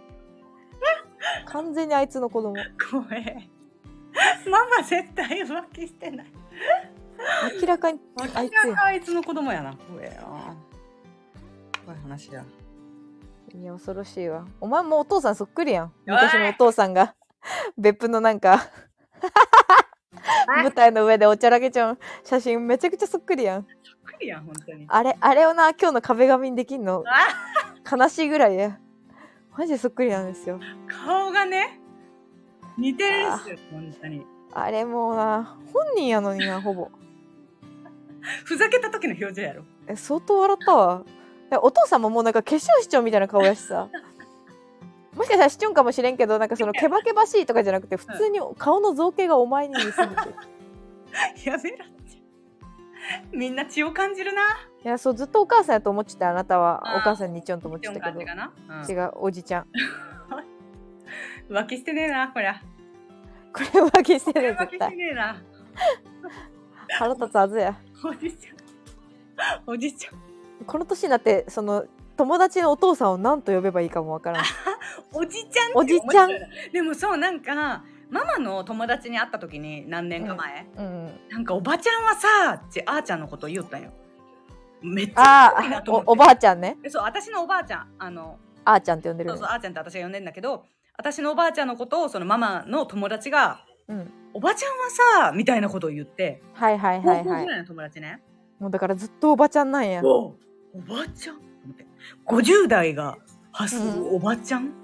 完全にあいつの子供。 怖え。ママ絶対浮気してない。 明らかにあいつの子供やな。怖えな。怖い話や。 いや恐ろしいわ。お前もお父さんそっくりやん。昔のお父さんが別府のなんか舞台の上でおちゃらけちゃう写真めちゃくちゃそっくりやん。 そっくりやん本当に。 あれをな今日の壁紙にできんの悲しいぐらいや。マジでそっくりなんですよ。 顔がね似てるんですよ本当に。 あれもうな本人やのになほぼ。 ふざけた時の表情やろ。 相当笑ったわ。お父さんももうなんか化粧しちゃうみたいな顔やしさ。もしかしたらしちょんかもしれんけど、なんかそのケバケバしいとかじゃなくて普通に顔の造形がお前に似すぎて。 やめろって。 みんな血を感じるな。 いや、そう、ずっとお母さんやと思ってた。あなたはあーお母さんにちょんと思ってたけど、 感じかな、 違う、おじちゃん。 浮気してねえなこりゃ。 これ浮気してる浮気して絶対。 ねえな。 腹立つはずや。 おじちゃんおじちゃんこの年になってその友達のお父さんを何と呼べばいいかもわからん。 おじちゃんっておじちゃん面白いな。でもそう、なんかママの友達に会った時に何年か前、 うん。 なんかおばちゃんはさってあーちゃんのこと言おったんよ。めっちゃあすごいなと思って。 おばあちゃんね。 でそう、私のおばあちゃん、 あーちゃんって呼んでるよね。 そうそう、あーちゃんって私が呼んでんだけど、私のおばあちゃんのことをそのママの友達が、 うん。 おばちゃんはさみたいなことを言って、 はいはいはいはい。 高校ぐらいの友達ね。 もうだからずっとおばちゃんなんや。 おばちゃんと思って、50代が発するおばちゃん、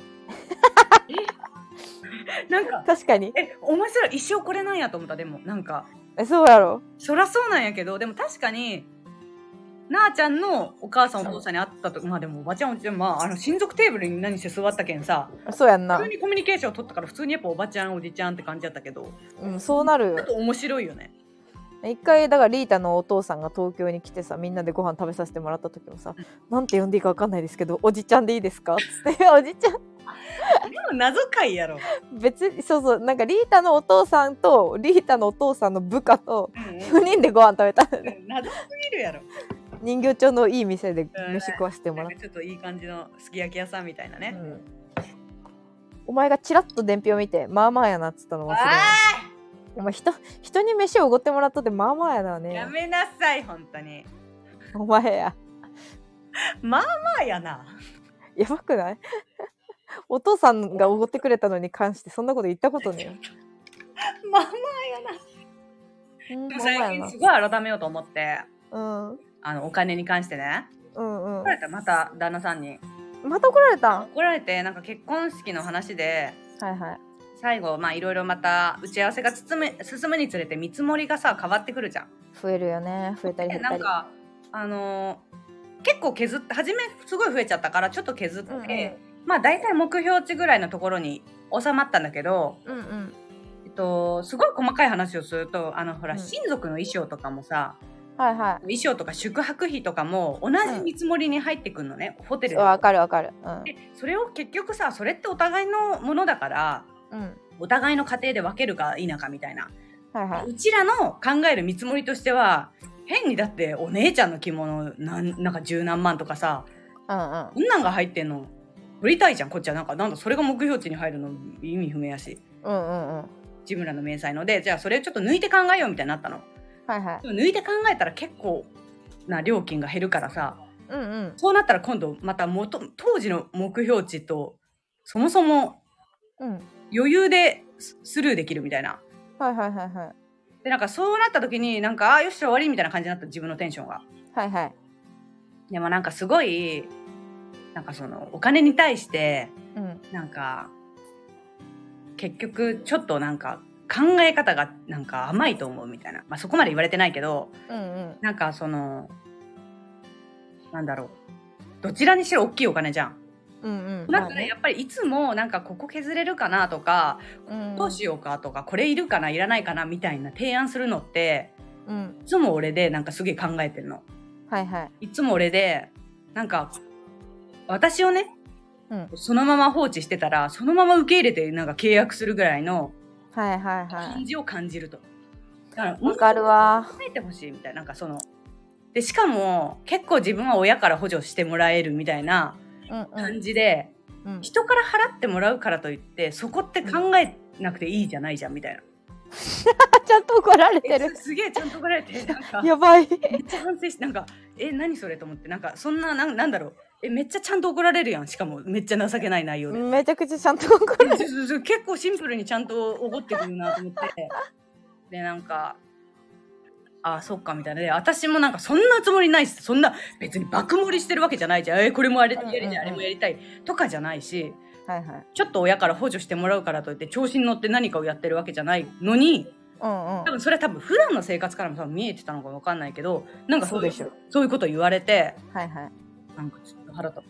なんか確かに。 面白い、一生これなんやと思った。でもなんかそうやろ。 そらそうなんやけど、でも確かになあちゃんのお母さんお父さんに会ったと、まあでもおばちゃんおじちゃん、まあ親族テーブルに何して座ったけんさ、 そうやんな普通。にコミュニケーションを取ったから普通にやっぱおばちゃんおじちゃんって感じだったけど、 うん、そうなるよ。 ちょっと面白いよね。 一回だからリータのお父さんが東京に来てさ、みんなでご飯食べさせてもらった時もさ、なんて呼んでいいか分かんないですけど、おじちゃんでいいですかつっておじちゃんでも謎解やろ。 別にそうそう、なんかリータのお父さんとリータのお父さんの部下とうんうん 4人でご飯食べたのね。 謎すぎるやろ。 人形町のいい店で飯食わせてもらっなんかちょっといい感じのすき焼き屋さんみたいなた、 ね。 お前がチラッと伝票見てまあまあやなっつったの忘れない。お前人に飯をおごってもらっとってまあまあやなやね。 めなさい本当に。 お前やまあやな。 やばくないお父さんがおごってくれたのに関してそんなこと言ったことねまあえ。うん、 でもまあまあやな。 最近すごい改めようと思って、 うんお金に関してね。 うん怒られた、また旦那さんにまた怒られたん。 怒られて、なんか結婚式の話ではいはい。 最後まあいろいろまた打ち合わせが進むにつれて見積もりがさ変わってくるじゃん。 増えるよね。増えたり減ったり。 なんか結構削って初めすごい増えちゃったからちょっと削って、 うんうんまあ大体目標値ぐらいのところに収まったんだけど、 うんうんすごい細かい話をするとほら、 うん親族の衣装とかもさ、 はいは衣装とか宿泊費とかも同じ見積もりに入ってくるのね、ホテい。 ルで。 わかるわかる。 でそれを結局さ、それってお互いのものだからうんお互いの家庭で分けるか否かみたいな、 はいはい。 うちらの考える見積もりとしては変にだってお姉ちゃんの着物なんか十何万とかさ、 うんうんこんなんが入ってんの取りたいじゃん。こっちはなんだそれが目標値に入るの意味不明やし、 うんうんうん。 自分らの明細ので、じゃあそれちょっと抜いて考えようみたいになったの。 はいはい。 でも抜いて考えたら結構な料金が減るからさ、 うんうんそうなったら今度また当時の目標値とそもそもうん。 余裕でスルーできるみたいな。 はいはいはいはい。 でなんかそうなった時になんかよし終わりみたいな感じになった、自分のテンションが。 はいはい。 でもなんかすごいなんかそのお金に対してうんなんか結局ちょっとなんか考え方がなんか甘いと思うみたいな、まあそこまで言われてないけど、 うんうんなんかそのなんだろう、どちらにしろ大きいお金じゃん。 うんうん。 だからやっぱりいつもなんかここ削れるかなとか、 うんどうしようかとか、これいるかないらないかなみたいな提案するのってうんいつも俺でなんかすげえ考えてるの。 はいはいいつも俺でなんか私をね、 うんそのまま放置してたらそのまま受け入れてなんか契約するぐらいのはいはいは感じを感じると。だからい。わかるわ。 考えてほしいみたいな、なんかそのでしかも結構自分は親から補助してもらえるみたいなうんうん感じで、 うん。 人から払ってもらうからといってそこって考えなくていいじゃないじゃんみたいな。 ちゃんと怒られてる。 すげえちゃんと怒られてなんかやばい。 めっちゃ反省してなんか何それと思って、なんかそんななんだろう、めっちゃちゃんと怒られるやん、しかもめっちゃ情けない内容で。 めちゃくちゃちゃんと怒られる。 結構シンプルにちゃんと怒ってくるなと思ってでなんかそっかみたいな。で私もなんかそんなつもりないし、そんな別に爆盛りしてるわけじゃないじゃん。これもあれやりたい、あれもやりたいとかじゃないし、 はいはい。 ちょっと親から補助してもらうからといって調子に乗って何かをやってるわけじゃないのに、 うんうん多。分それは多分普段の生活からも多分見えてたのか分かんないけど、なんかそうでしょ。 そういうこと言われて、 はいはい。 なんかちょっと腹立った。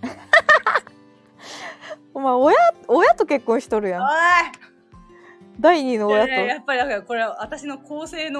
お前親と結婚しとるやん。 おい第二の親と。 やっぱりだからこれは私の構成の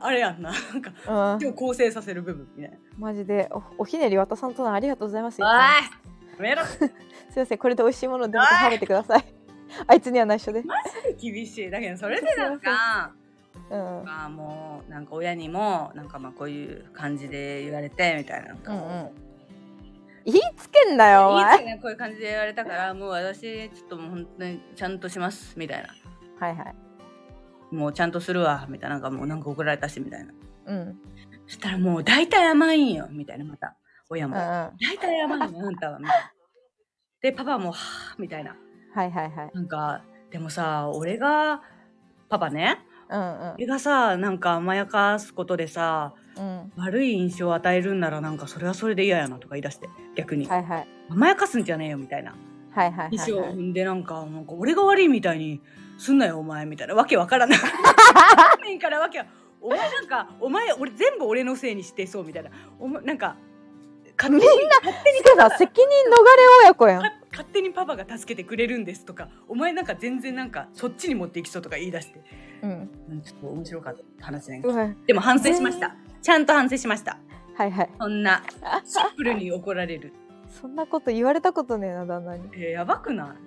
あれやんな。なんか、 うん、 を構成させる部分みたいな。 マジでおひねり渡さんとなありがとうございます。 おいやめろ。 すいません、これで美味しいものでも食べてください。あいつには内緒で。 マジで厳しい。だけどそれでなんか、 うん、 もうなんか親にもなんかまあこういう感じで言われてみたいな。なんか言いつけんなよお前。 いいね、こういう感じで言われたからもう私ちょっともう本当にちゃんとしますみたいな。 はいはい。 もうちゃんとするわみたいな。なんかもうなんか怒られたしみたいな。 うん。 そしたらもう大体甘いんよみたいな。また親も、 うん、 大体甘いのあんたはみたいな。でパパもはぁみたいな。 はいはいはい。 なんかでもさ、俺がパパね、俺がさなんか甘やかすことでさ、悪い印象を与えるんならなんかそれはそれで嫌やなとか言い出して、逆に、はいはい、甘やかすんじゃねえよみたいな、はいはいはい、印象を踏んでなんか俺が悪いみたいにすんなよお前みたいな、わけわからないいからわけはお前なんか俺全部俺のせいにしてそうみたいな、なんかみんな責任逃れ親子やん。 勝手にパパが助けてくれるんですとか、お前なんか全然なんかそっちに持っていきそうとか言い出して、ちょっと面白かった話ね、でも反省しました、ちゃんと反省しました。はいはい。そんなシンプルに怒られるそんなこと言われたことねえな旦那に。 やばくない？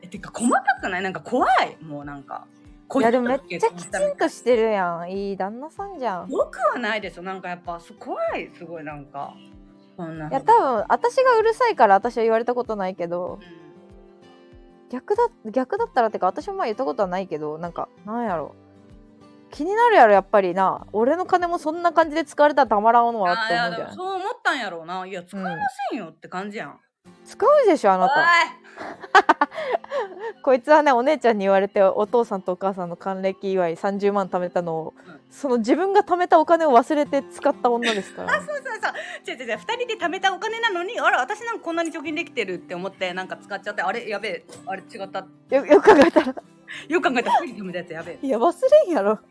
てか細かくない？なんか怖い。もうなんかいやでもめっちゃきちんとしてるやん。いい旦那さんじゃん。 よくはないですよ。なんかやっぱ怖い。すごいなんかいや多分私がうるさいから私は言われたことないけど、逆だったらってか私もまあ言ったことはないけど、なんかなんやろ、気になるやろやっぱりな。俺の金もそんな感じで使われたらたまらんのはって思うじゃん。 そう思ったんやろうな。いや使いませんよって感じやん。 使うでしょあなた。こいつはねお姉ちゃんに言われてお父さんとお母さんの還暦祝い30万貯めたのを、その自分が貯めたお金を忘れて使った女ですから。 そう違う2人で貯めたお金なのに、あら私なんかこんなに貯金できてるって思ってなんか使っちゃって、あれやべえ、あれ違った、 よく考えたらよく考えたら1人貯めたやつやべえ。 いや忘れんやろ普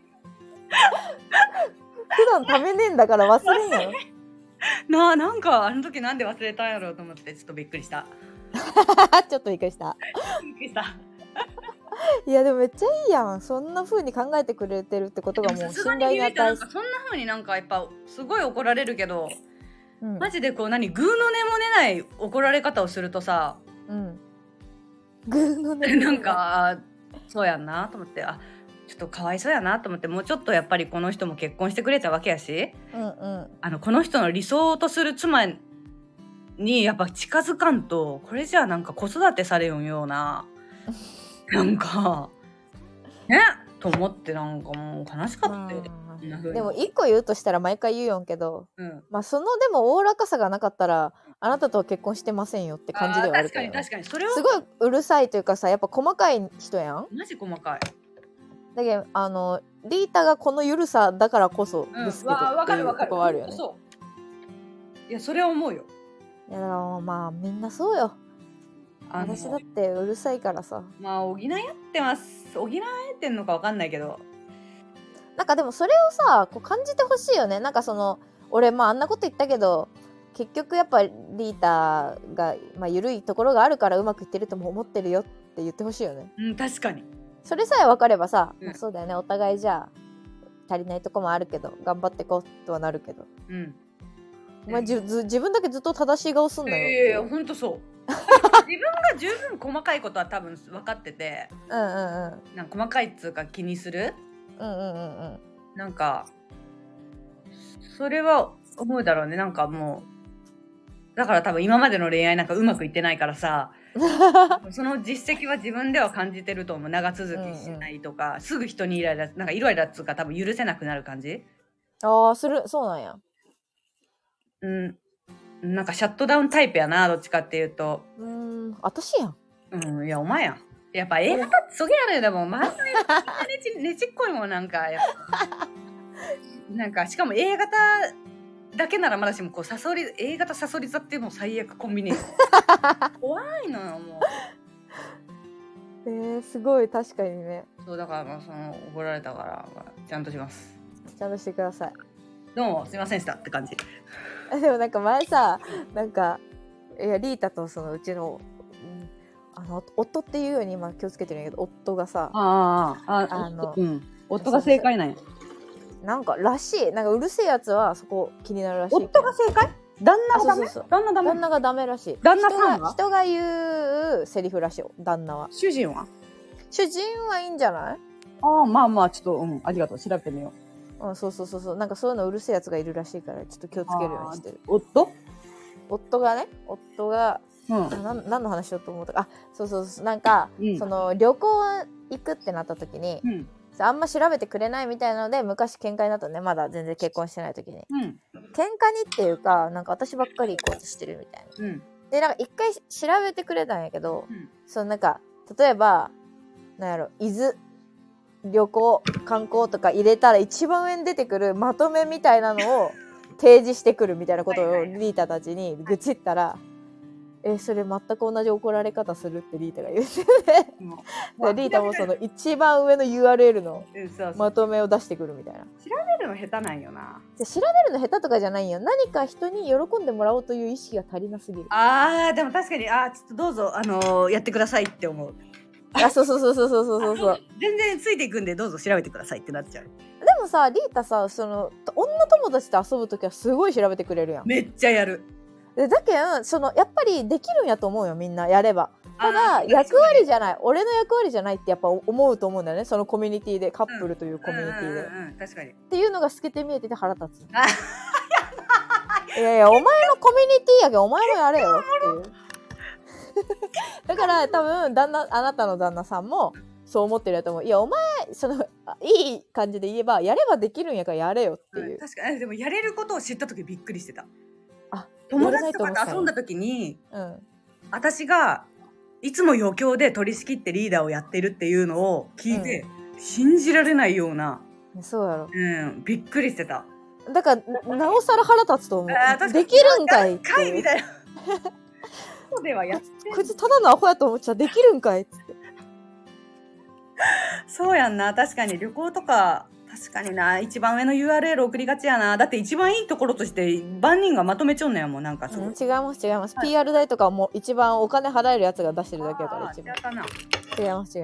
段貯めねえんだから忘れんやろなんかあの時なんで忘れたんやろうと思ってちょっとびっくりしたちょっとびっくりしたびっくりしたいやでもめっちゃいいやん。そんな風に考えてくれてるってことがもう信頼に値する。 そんな風になんかやっぱすごい怒られるけど、マジでこうグーの音も出ない怒られ方をするとさ、 グーの音なんかそうやんなと思って、ちょっとかわいそうやなと思って、もうちょっとやっぱりこの人も結婚してくれたわけやし、この人の理想とする妻にやっぱ近づかんと、これじゃあなんか子育てされるようななんかねと思って、なんかもう悲しかったよ、 でも一個言うとしたら毎回言うよんけど、まあそのでもおおらかさがなかったらあなたとは結婚してませんよって感じではあるけど、 確かにそれはすごいうるさいというかさ、やっぱ細かい人やん。 マジ細かい。 だけどリータがこのゆるさだからこそですけどっていうとこはあるよね。 いやそれは思うよ。 いやだからまあみんなそうよ。私だってうるさいからさ。 まあ補い合ってます。補えてんのか分かんないけど、 なんかでもそれをさこう感じてほしいよね。なんかその俺あんなこと言ったけど結局やっぱリータが緩いところがあるからうまくいってるとも思ってるよって言ってほしいよね。 確かにそれさえ分かればさ、そうだよねお互いじゃあ足りないとこもあるけど頑張ってこうとはなるけど、お前自分だけずっと正しい顔すんだよ。 いやほんとそう自分が十分細かいことは多分分かってて、なんか細かいっつうか気にする、なんかそれは思うだろうね。なんかもうだから多分今までの恋愛なんかうまくいってないからさその実績は自分では感じてると思う。長続きしないとか、すぐ人にイライラっつうか多分許せなくなる感じ。 そうなんや。 なんかシャットダウンタイプやな、どっちかっていうと。 私やん。 いやお前やん。やっぱ A 型ってそげやねん。でもまずねちっこいもん。なんかやっぱなんかしかも A 型だけならまだしもこうA 型サソリ座っていうもう最悪コンビネーション怖いのよもう。すごい確かにね。 そうだからその怒られたから、ちゃんとします。 ちゃんとしてください。 どうもすいませんでしたって感じ。 でもなんか前さなんかリータとそのうちの、夫っていうように今気をつけてるんやけど、夫がさ夫が正解なんや。 なんからしい。なんかうるせえやつはそこ気になるらしい。 夫が正解？旦那がダメ？ そう旦那ダメ？ 旦那がダメらしい。 旦那さんは？ 人が言うセリフらしいよ、旦那は。 主人は？ 主人はいいんじゃない？ ああ、まあまあ、ちょっと、ありがとう。調べてみようん、そう。なんかそういうのうるせえやつがいるらしいから、ちょっと気をつけるようにしてる。 夫が、何の話しようと思ったか。あ、そう。なんか、その旅行行くってなった時に、あんま調べてくれないみたいなので、昔喧嘩になったね。まだ全然結婚してない時に。喧嘩にっていうか、なんか私ばっかり行こうとしてるみたいな。で、なんか一回調べてくれたんやけど、そのなんか、例えば、なんやろ、旅行観光とか入れたら一番上に出てくるまとめみたいなのを提示してくるみたいなことをリータたちに愚痴ったらそれ全く同じ怒られ方するってリータが言っててリータもその一番上の URL のまとめを出してくるみたいな。 調べるの下手なんよな。 調べるの下手とかじゃないよ。何か人に喜んでもらおうという意識が足りなすぎる。 あーでも確かにちょっとどうぞやってくださいって思う。 そう全然ついていくんでどうぞ調べてくださいってなっちゃう。でもさ、リータさ、その女友達と遊ぶときはすごい調べてくれるやん。 めっちゃやる。 だけどそのやっぱりできるんやと思うよ、みんなやれば。ただ役割じゃない、俺の役割じゃないってやっぱ思うと思うんだよね、そのコミュニティで、カップルというコミュニティで。 確かに。 っていうのが透けて見えてて腹立つ。いやお前のコミュニティやけどお前もやれよっていう。だから多分あなたの旦那さんもそう思ってるやと思う。いやお前そのいい感じで言えばやればできるんやからやれよっていう。 確かに。でもやれることを知った時びっくりしてた。友達とかと遊んだ時に、私がいつも余興で取り仕切ってリーダーをやってるっていうのを聞いて、信じられないような。 そうやろ。 びっくりしてた。 だからなおさら腹立つと思う。できるんかいっていう。 みたいな。そうではやってこいつただのアホやと思っちゃできるんかいっつって。 そうやんな。確かに旅行とか確かにな、一番上の URL 送りがちやな。だって一番いいところとして万人がまとめちゃうんのやもん。なんか違います、PR 代とかも一番お金払えるやつが出してるだけやから。一番違います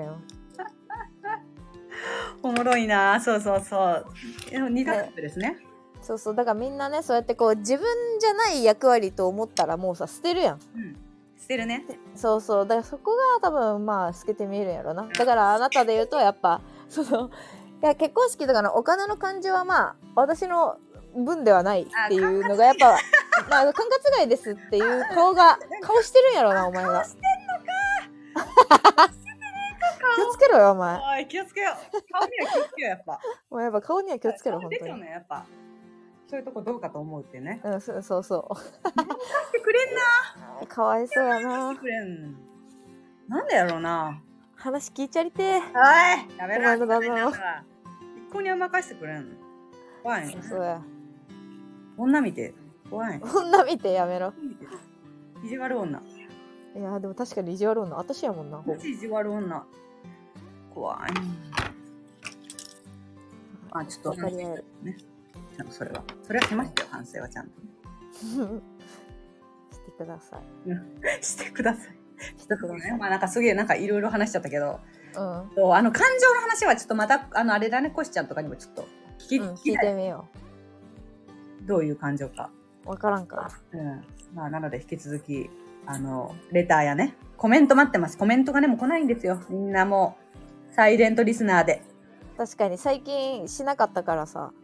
おもろいな。そう似たタイプですね。 そうだからみんなね、そうやってこう自分じゃない役割と思ったらもうさ捨てるやん。 捨てるね。 そうだからそこが多分まあ透けて見えるんやろな。だからあなたで言うとやっぱいや結婚式とかのお金の感じはまあ私の分ではないっていうのがやっぱまあ管轄外ですっていう顔してるんやろな、お前が。顔してんのか。気をつけろよお前。 おい気をつけよう。顔には気をつけようやっぱ。 もうやっぱ顔には気をつけろ本当に。 ですよねやっぱ。そういうとこどうかと思うってね。 そう。 してくれんな。 かわいそうやな。 なんでやろうな。 話聞いちゃりてー。 はい。やめろ。 お前の旦那の。 一向に甘かしてくれんの。怖いね。 そうや。 女見て。怖い。 女見てやめろ。 意地悪女。 いやでも確かに意地悪女。私やもんな。 意地悪女。怖い。ちょっと。分かり合える。ね。それはしましたよ、反省はちゃんと。 してください。してください。まあなんかすげえなんかいろいろ話しちゃったけど、感情の話はちょっとまたあれだね、コシちゃんとかにもちょっと聞いてみよう。どういう感情か。 わからんから。 まあなので引き続きレターやね、コメント待ってます。コメントがねもう来ないんですよ。みんなもうサイレントリスナーで。 確かに最近しなかったからさ。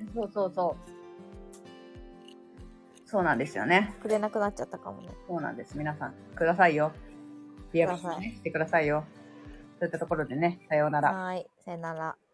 そうなんですよね。 くれなくなっちゃったかもね。 そうなんです。皆さんくださいよ。リアクションしてくださいよ。そういったところでね、さようなら。 はい、さようなら。